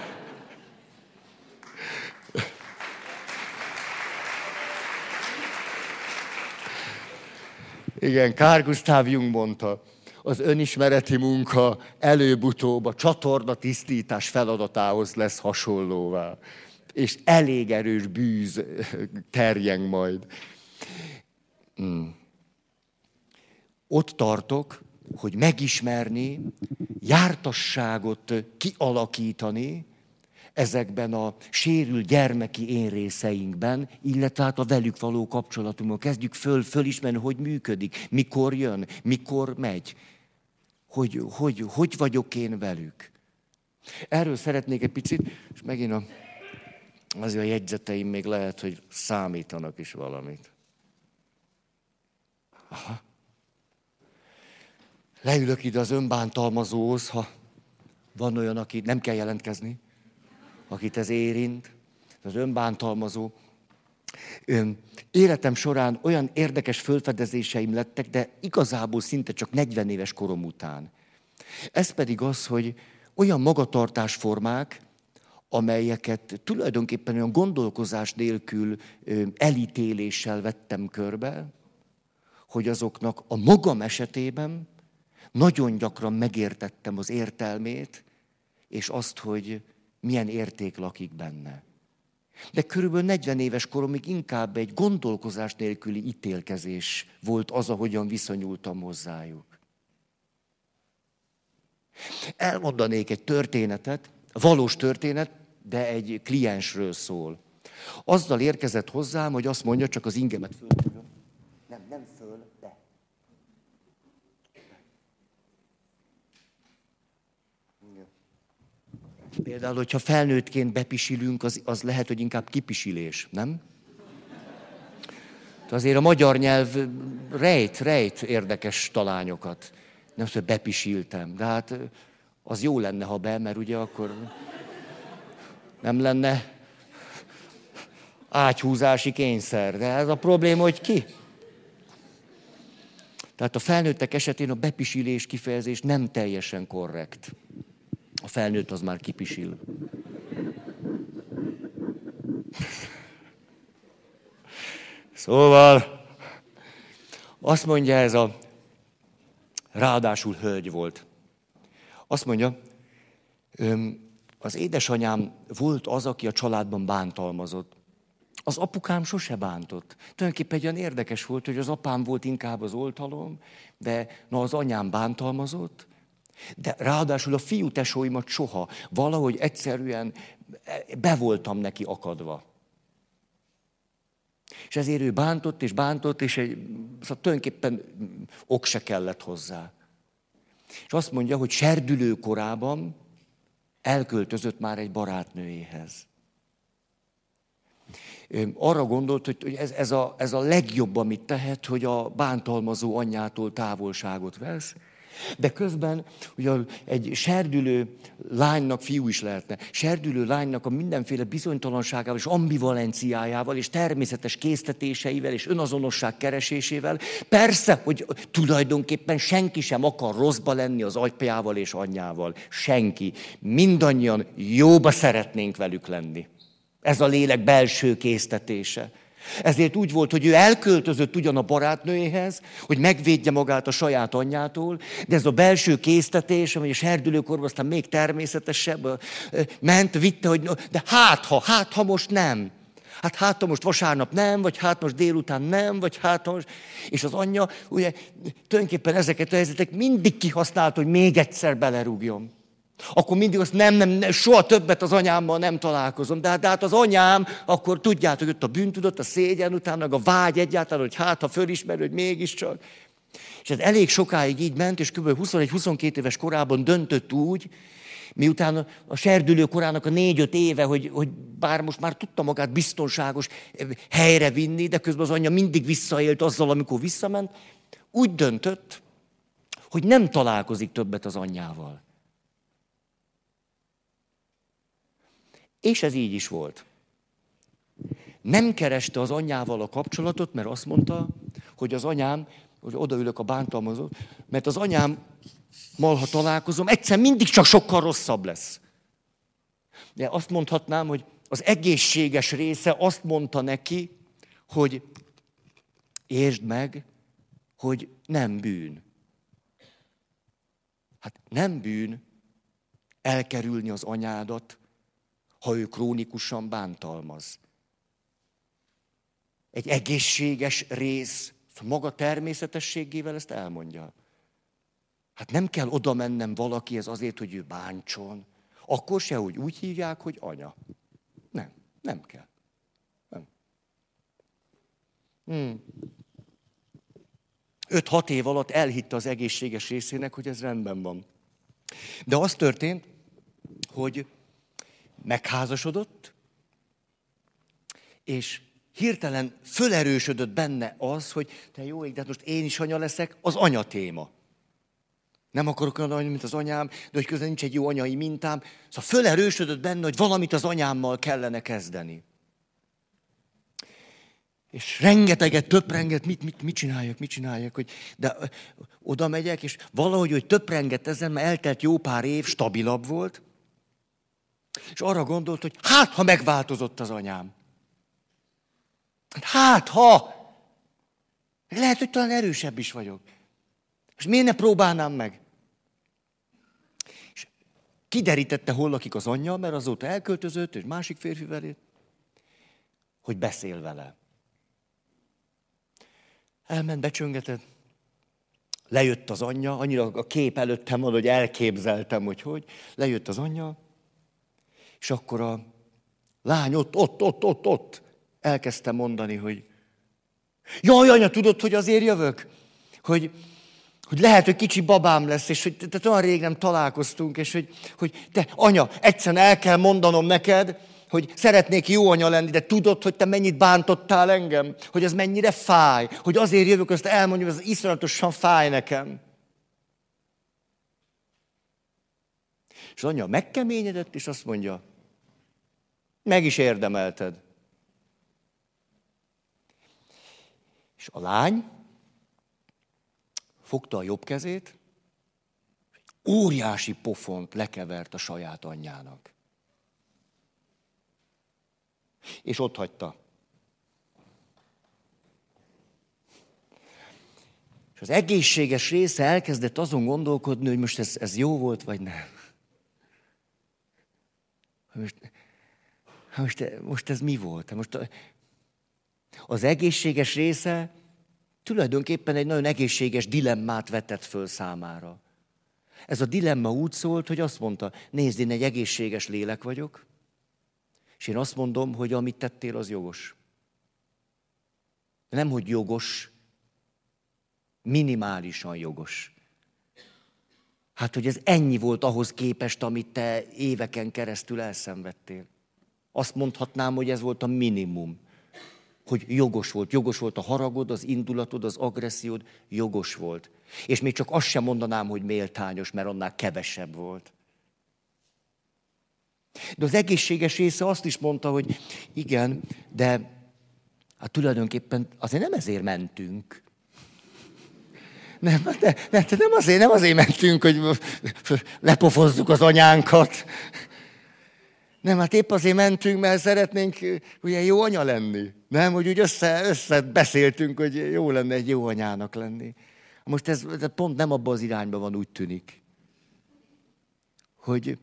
Igen, Carl Gustav Jung mondta, az önismereti munka előbb-utóbb a csatorna tisztítás feladatához lesz hasonlóvá. És elég erős bűz terjeng majd. Hmm. Ott tartok, hogy megismerni, jártasságot kialakítani ezekben a sérült gyermeki én részeinkben, illetve hát a velük való kapcsolatunkban. Kezdjük föl, fölismerni, hogy működik, mikor jön, mikor megy, hogy, hogy, hogy vagyok én velük. Erről szeretnék egy picit, és megint a, azért a jegyzeteim még lehet, hogy számítanak is valamit. Aha. Leülök ide az önbántalmazóhoz, ha van olyan, aki nem kell jelentkezni, akit ez érint, az önbántalmazó. Életem során olyan érdekes felfedezéseim lettek, de igazából szinte csak negyven éves korom után. Ez pedig az, hogy olyan magatartásformák, amelyeket tulajdonképpen olyan gondolkozás nélkül elítéléssel vettem körbe, hogy azoknak a magam esetében nagyon gyakran megértettem az értelmét, és azt, hogy milyen érték lakik benne. De körülbelül negyven éves koromig inkább egy gondolkozás nélküli ítélkezés volt az, ahogyan viszonyultam hozzájuk. Elmondanék egy történetet, valós történet, de egy kliensről szól. Azzal érkezett hozzám, hogy azt mondja, csak az ingemet föl. Nem, nem föl, de. Például, hogyha felnőttként bepisilünk, az, az lehet, hogy inkább kipisilés, nem? De azért a magyar nyelv rejt, rejt érdekes talányokat. Nem azt, hogy bepisiltem, de hát az jó lenne, ha be, mert ugye akkor nem lenne ágyhúzási kényszer. De ez a probléma, hogy ki? Tehát a felnőttek esetén a bepisilés kifejezés nem teljesen korrekt. A felnőtt az már kipisil. Szóval azt mondja ez a, ráadásul hölgy volt. Azt mondja, az édesanyám volt az, aki a családban bántalmazott. Az apukám sose bántott. Tulajdonképpen egy olyan érdekes volt, hogy az apám volt inkább az oltalom, de na, az anyám bántalmazott, de ráadásul a fiú tesóimat soha. Valahogy egyszerűen be voltam neki akadva. És ezért ő bántott és bántott, és egy, szóval tulajdonképpen ok se kellett hozzá. És azt mondja, hogy serdülő korában elköltözött már egy barátnőjéhez. Arra gondolt, hogy ez, ez, a, ez a legjobb, amit tehet, hogy a bántalmazó anyjától távolságot vesz, de közben ugye egy serdülő lánynak, fiú is lehetne, serdülő lánynak a mindenféle bizonytalanságával és ambivalenciájával és természetes késztetéseivel és önazonosság keresésével, persze, hogy tulajdonképpen senki sem akar rosszba lenni az apjával és anyjával. Senki. Mindannyian jóba szeretnénk velük lenni. Ez a lélek belső késztetése. Ezért úgy volt, hogy ő elköltözött ugyan a barátnőjéhez, hogy megvédje magát a saját anyjától, de ez a belső késztetés, ami a serdülőkorban aztán még természetesebb, ment, vitte, hogy de hát ha, hát ha most nem. Hát hát ha most vasárnap nem, vagy hát most délután nem, vagy hát ha most... És az anyja ugye tulajdonképpen ezeket a helyzetek mindig kihasznált, hogy még egyszer belerúgjon. Akkor mindig azt nem, nem, nem, soha többet az anyámmal nem találkozom. De hát, de hát az anyám, akkor tudjátok, ott a bűntudat, a szégyen után, meg a vágy egyáltalán, hogy hát, ha fölismerő, hogy mégiscsak. És ez elég sokáig így ment, és kb. huszonegy-huszonkét éves korában döntött úgy, miután a serdülő korának a négy-öt éve, hogy, hogy bár most már tudta magát biztonságos helyre vinni, de közben az anyja mindig visszaélt azzal, amikor visszament, úgy döntött, hogy nem találkozik többet az anyjával. És ez így is volt. Nem kereste az anyjával a kapcsolatot, mert azt mondta, hogy az anyám, hogy odaülök a bántalmazót, mert az anyámmal, ha találkozom, egyszer mindig csak sokkal rosszabb lesz. De azt mondhatnám, hogy az egészséges része azt mondta neki, hogy értsd meg, hogy nem bűn. Hát nem bűn elkerülni az anyádat, ha ő krónikusan bántalmaz. Egy egészséges rész maga természetességével ezt elmondja. Hát nem kell oda mennem valakihez azért, hogy ő bántson. Akkor se, hogy úgy hívják, hogy anya. Nem, nem kell. Nem. Hmm. Öt-hat év alatt elhitte az egészséges részének, hogy ez rendben van. De az történt, hogy megházasodott, és hirtelen fölerősödött benne az, hogy te jó ég, de hát most én is anya leszek, az anya téma. Nem akarok olyan anya, mint az anyám, de hogy közben nincs egy jó anyai mintám. Szóval fölerősödött benne, hogy valamit az anyámmal kellene kezdeni. És rengeteget, töprenget, mit, mit, mit csináljak, mit csináljak, hogy de oda megyek, és valahogy, hogy töprenget ezen, mert eltelt jó pár év, stabilabb volt, És arra gondolt, hogy hát, ha megváltozott az anyám. Hát, ha. Lehet, hogy talán erősebb is vagyok. És miért ne próbálnám meg? És kiderítette, hol lakik az anyja, mert azóta elköltözött, és másik férfivel élt, hogy beszél vele. Elment, becsöngetett. Lejött az anyja, annyira a kép előttem van, hogy elképzeltem, hogy hogy. Lejött az anyja, és akkor a lány ott, ott, ott, ott, ott elkezdte mondani, hogy jaj, anya, tudod, hogy azért jövök? Hogy, hogy lehet, hogy kicsi babám lesz, és hogy te, te olyan rég nem találkoztunk, és hogy, hogy te, anya, egyszerűen el kell mondanom neked, hogy szeretnék jó anya lenni, de tudod, hogy te mennyit bántottál engem? Hogy ez mennyire fáj? Hogy azért jövök, azt elmondjam, ez iszonyatosan fáj nekem. És az anya megkeményedett, és azt mondja, meg is érdemelted. És a lány fogta a jobb kezét, óriási pofont lekevert a saját anyjának. És ott hagyta. És az egészséges része elkezdett azon gondolkodni, hogy most ez, ez jó volt, vagy nem. Most, most, most ez mi volt? Most az egészséges része tulajdonképpen egy nagyon egészséges dilemmát vetett föl számára. Ez a dilemma úgy szólt, hogy azt mondta, nézd, én egy egészséges lélek vagyok, és én azt mondom, hogy amit tettél, az jogos. Nem, hogy jogos, minimálisan jogos. Hát, hogy ez ennyi volt ahhoz képest, amit te éveken keresztül elszenvedtél. Azt mondhatnám, hogy ez volt a minimum. Hogy jogos volt. Jogos volt a haragod, az indulatod, az agressziód, jogos volt. És még csak azt sem mondanám, hogy méltányos, mert annál kevesebb volt. De az egészséges része azt is mondta, hogy igen, de hát tulajdonképpen azért nem ezért mentünk. Nem, nem, nem, nem, azért, nem azért mentünk, hogy lepofozzuk az anyánkat. Nem, hát épp azért mentünk, mert szeretnénk ugye jó anya lenni. Nem, hogy úgy össze, össze beszéltünk, hogy jó lenne egy jó anyának lenni. Most ez pont nem abban az irányban van, úgy tűnik. Hogy,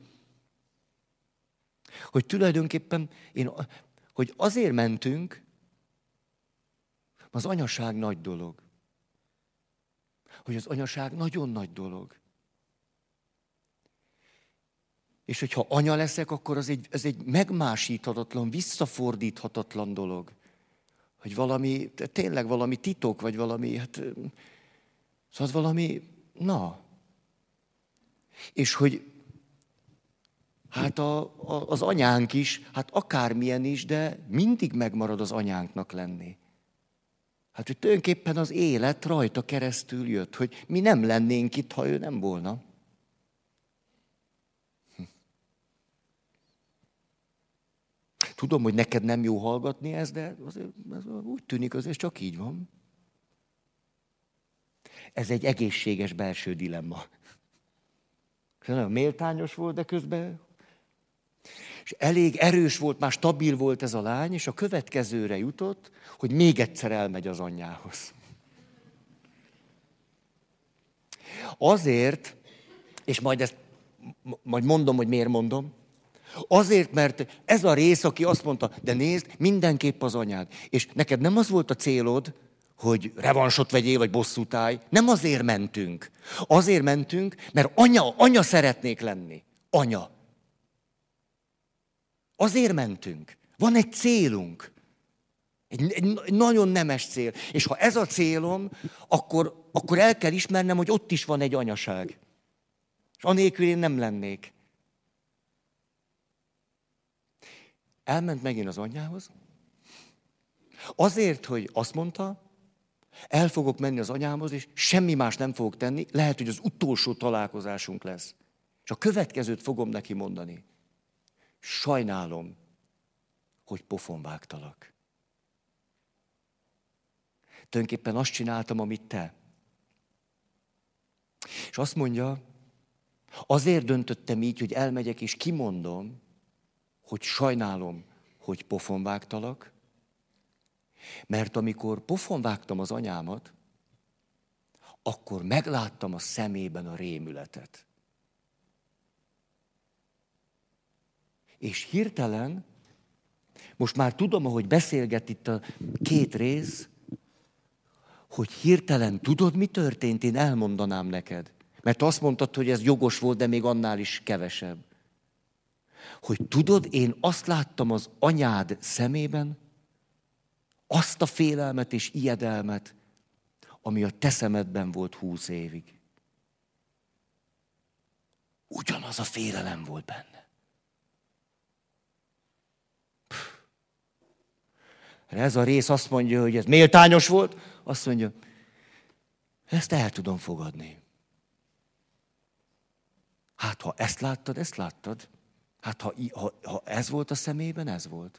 hogy tulajdonképpen, én, hogy azért mentünk, az anyaság nagy dolog. Hogy az anyaság nagyon nagy dolog. És hogyha anya leszek, akkor az egy, ez egy megmásíthatatlan, visszafordíthatatlan dolog. Hogy valami, tényleg valami titok, vagy valami, hát, szóval valami, na. És hogy hát a, a, az anyánk is, hát akármilyen is, de mindig megmarad az anyánknak lenni. Hát, hogy tulajdonképpen az élet rajta keresztül jött, hogy mi nem lennénk itt, ha ő nem volna. Hm. Tudom, hogy neked nem jó hallgatni ezt, de azért, ez úgy tűnik, azért csak így van. Ez egy egészséges belső dilemma. Nagyon méltányos volt, de közben... És elég erős volt, már stabil volt ez a lány, és a következőre jutott, hogy még egyszer elmegy az anyjához. Azért, és majd ezt majd mondom, hogy miért mondom, azért, mert ez a rész, aki azt mondta, de nézd, mindenképp az anyád. És neked nem az volt a célod, hogy revansot vegyél, vagy bosszút állj. Nem azért mentünk. Azért mentünk, mert anya, anya szeretnék lenni. Anya. Azért mentünk. Van egy célunk. Egy, egy nagyon nemes cél. És ha ez a célom, akkor, akkor el kell ismernem, hogy ott is van egy anyaság. És anélkül én nem lennék. Elment megint az anyjához. Azért, hogy azt mondta, el fogok menni az anyámhoz, és semmi más nem fogok tenni, lehet, hogy az utolsó találkozásunk lesz. És a következőt fogom neki mondani. Sajnálom, hogy pofon vágtalak. Tulajdonképpen azt csináltam, amit te. És azt mondja, azért döntöttem így, hogy elmegyek és kimondom, hogy sajnálom, hogy pofonvágtalak, mert amikor pofonvágtam az anyámat, akkor megláttam a szemében a rémületet. És hirtelen, most már tudom, ahogy beszélget itt a két rész, hogy hirtelen tudod, mi történt, én elmondanám neked. Mert azt mondtad, hogy ez jogos volt, de még annál is kevesebb. Hogy tudod, én azt láttam az anyád szemében, azt a félelmet és ijedelmet, ami a te szemedben volt húsz évig. Ugyanaz a félelem volt benne. Pff. Ez a rész azt mondja, hogy ez méltányos volt, azt mondja, ezt el tudom fogadni. Hát, ha ezt láttad, ezt láttad. Hát, ha, ha, ha ez volt a szemében, ez volt.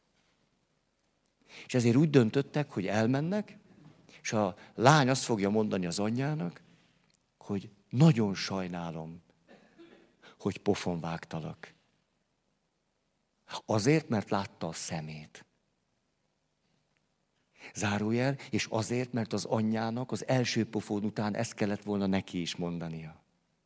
És ezért úgy döntöttek, hogy elmennek, és a lány azt fogja mondani az anyjának, hogy nagyon sajnálom, hogy pofon vágtalak. Azért, mert látta a szemét. Zárójel, és azért, mert az anyjának az első pofon után ezt kellett volna neki is mondania.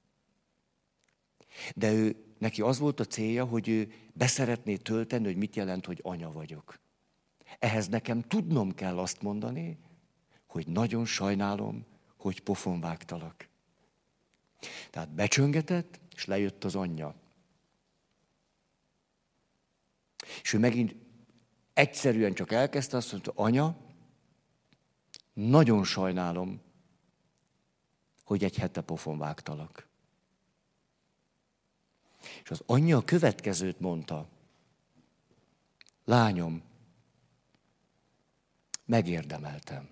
De ő, neki az volt a célja, hogy ő beszeretné tölteni, hogy mit jelent, hogy anya vagyok. Ehhez nekem tudnom kell azt mondani, hogy nagyon sajnálom, hogy pofon vágtalak. Tehát becsöngetett, és lejött az anyja. És ő megint egyszerűen csak elkezdte azt mondta, anya, nagyon sajnálom, hogy egy hete pofon vágtalak. És az anyja a következőt mondta. Lányom, megérdemeltem.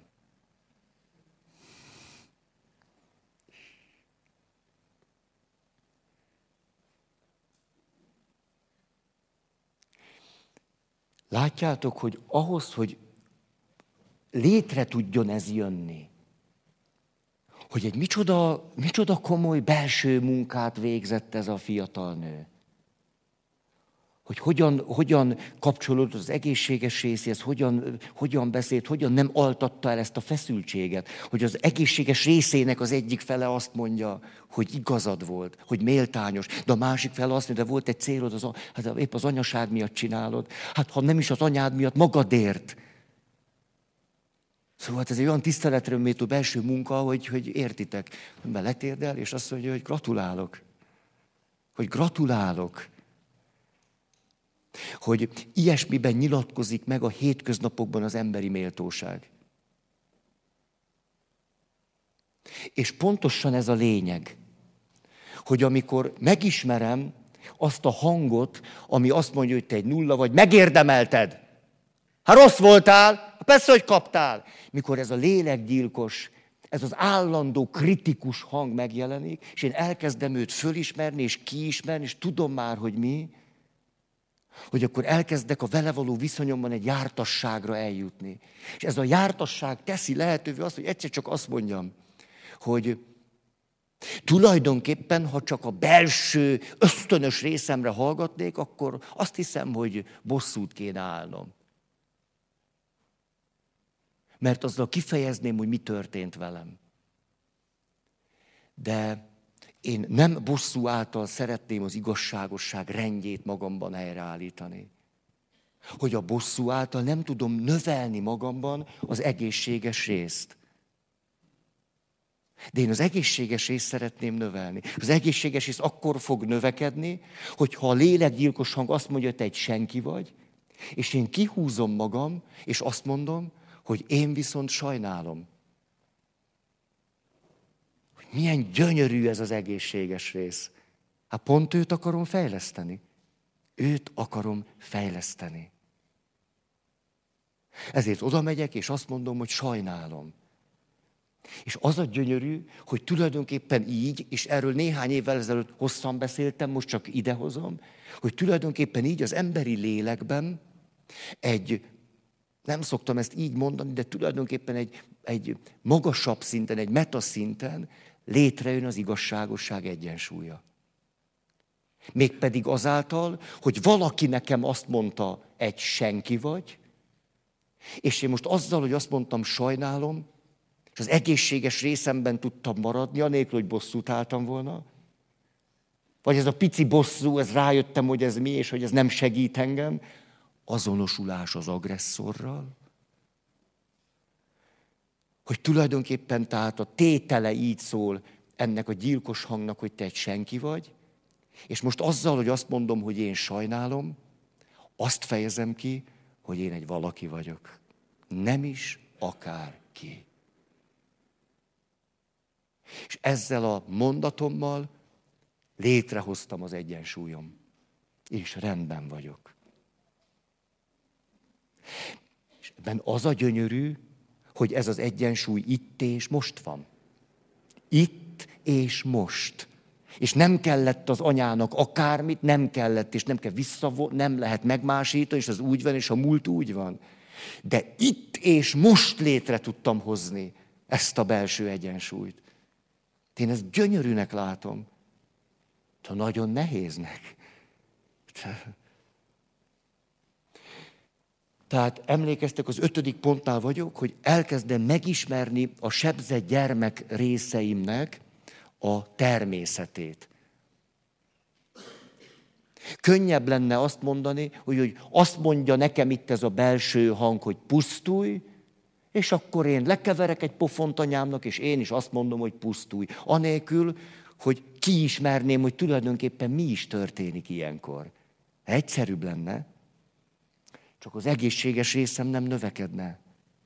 Látjátok, hogy ahhoz, hogy létre tudjon ez jönni, hogy egy micsoda, micsoda komoly belső munkát végzett ez a fiatal nő. Hogy hogyan, hogyan kapcsolódott az egészséges részéhez, hogyan, hogyan beszélt, hogyan nem altatta el ezt a feszültséget. Hogy az egészséges részének az egyik fele azt mondja, hogy igazad volt, hogy méltányos, de a másik fele azt mondja, de volt egy célod, az, hát épp az anyaság miatt csinálod, hát ha nem is az anyád miatt, magadért. Szóval ez egy olyan tiszteletre méltó belső munka, hogy, hogy értitek. Beletérdel, és azt mondja, hogy gratulálok. Hogy gratulálok. Hogy ilyesmiben nyilatkozik meg a hétköznapokban az emberi méltóság. És pontosan ez a lényeg, hogy amikor megismerem azt a hangot, ami azt mondja, hogy te egy nulla vagy, megérdemelted. Hát rossz voltál, persze, hogy kaptál. Mikor ez a lélekgyilkos, ez az állandó kritikus hang megjelenik, és én elkezdem őt fölismerni, és kiismerni, és tudom már, hogy mi, hogy akkor elkezdek a vele való viszonyomban egy jártasságra eljutni. És ez a jártasság teszi lehetővé azt, hogy egyszer csak azt mondjam, hogy tulajdonképpen, ha csak a belső, ösztönös részemre hallgatnék, akkor azt hiszem, hogy bosszút kéne állnom. Mert azzal kifejezném, hogy mi történt velem. De én nem bosszú által szeretném az igazságosság rendjét magamban helyreállítani. Hogy a bosszú által nem tudom növelni magamban az egészséges részt. De én az egészséges részt szeretném növelni. Az egészséges rész akkor fog növekedni, hogyha a lélekgyilkos hang azt mondja, hogy te egy senki vagy, és én kihúzom magam, és azt mondom, hogy én viszont sajnálom. Hogy milyen gyönyörű ez az egészséges rész. Hát pont őt akarom fejleszteni. Őt akarom fejleszteni. Ezért oda megyek, és azt mondom, hogy sajnálom. És az a gyönyörű, hogy tulajdonképpen így, és erről néhány évvel ezelőtt hosszan beszéltem, most csak idehozom, hogy tulajdonképpen így az emberi lélekben egy, nem szoktam ezt így mondani, de tulajdonképpen egy, egy magasabb szinten, egy metaszinten létrejön az igazságosság egyensúlya. Mégpedig azáltal, hogy valaki nekem azt mondta, egy senki vagy, és én most azzal, hogy azt mondtam, sajnálom, és az egészséges részemben tudtam maradni, anélkül, hogy bosszút álltam volna, vagy ez a pici bosszú, ez rájöttem, hogy ez mi, és hogy ez nem segít engem, azonosulás az agresszorral. Hogy tulajdonképpen tehát a tétele így szól ennek a gyilkos hangnak, hogy te egy senki vagy, és most azzal, hogy azt mondom, hogy én sajnálom, azt fejezem ki, hogy én egy valaki vagyok. Nem is akárki. És ezzel a mondatommal létrehoztam az egyensúlyom. És rendben vagyok. És ebben az a gyönyörű, hogy ez az egyensúly itt és most van. Itt és most. És nem kellett az anyának akármit, nem kellett, és nem kell visszavonni, nem lehet megmásítani, és az úgy van, és a múlt úgy van. De itt és most létre tudtam hozni ezt a belső egyensúlyt. Én ezt gyönyörűnek látom, de nagyon nehéznek. Tehát emlékeztek, az ötödik pontnál vagyok, hogy elkezdem megismerni a sebzett gyermek részeimnek a természetét. Könnyebb lenne azt mondani, hogy, hogy azt mondja nekem itt ez a belső hang, hogy pusztulj, és akkor én lekeverek egy pofont anyámnak, és én is azt mondom, hogy pusztulj. Anélkül, hogy kiismerném, hogy tulajdonképpen mi is történik ilyenkor. Egyszerűbb lenne, csak az egészséges részem nem növekedne.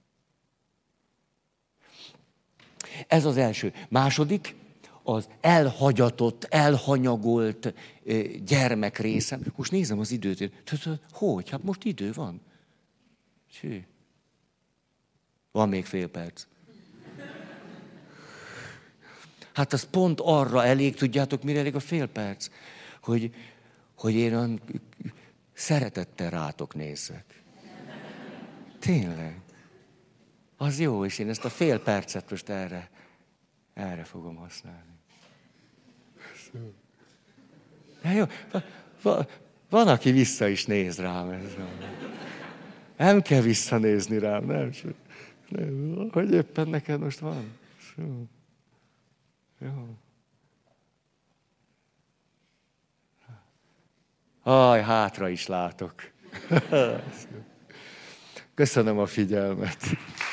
Ez az első. Második, az elhagyatott, elhanyagolt gyermek részem. Most nézem az időt. Hogy? Hát most idő van. Csí. Van még fél perc. Hát az pont arra elég, tudjátok, mire elég a fél perc? Hogy, hogy én olyan szeretettel rátok nézzek. Tényleg. Az jó, és én ezt a fél percet most erre, erre fogom használni. Ja, jó. Van, aki vissza is néz rám. Nem kell visszanézni rám, nem? nem. Hogy éppen neked most van? Jó. Aj, hátra is látok. Köszönöm a figyelmet.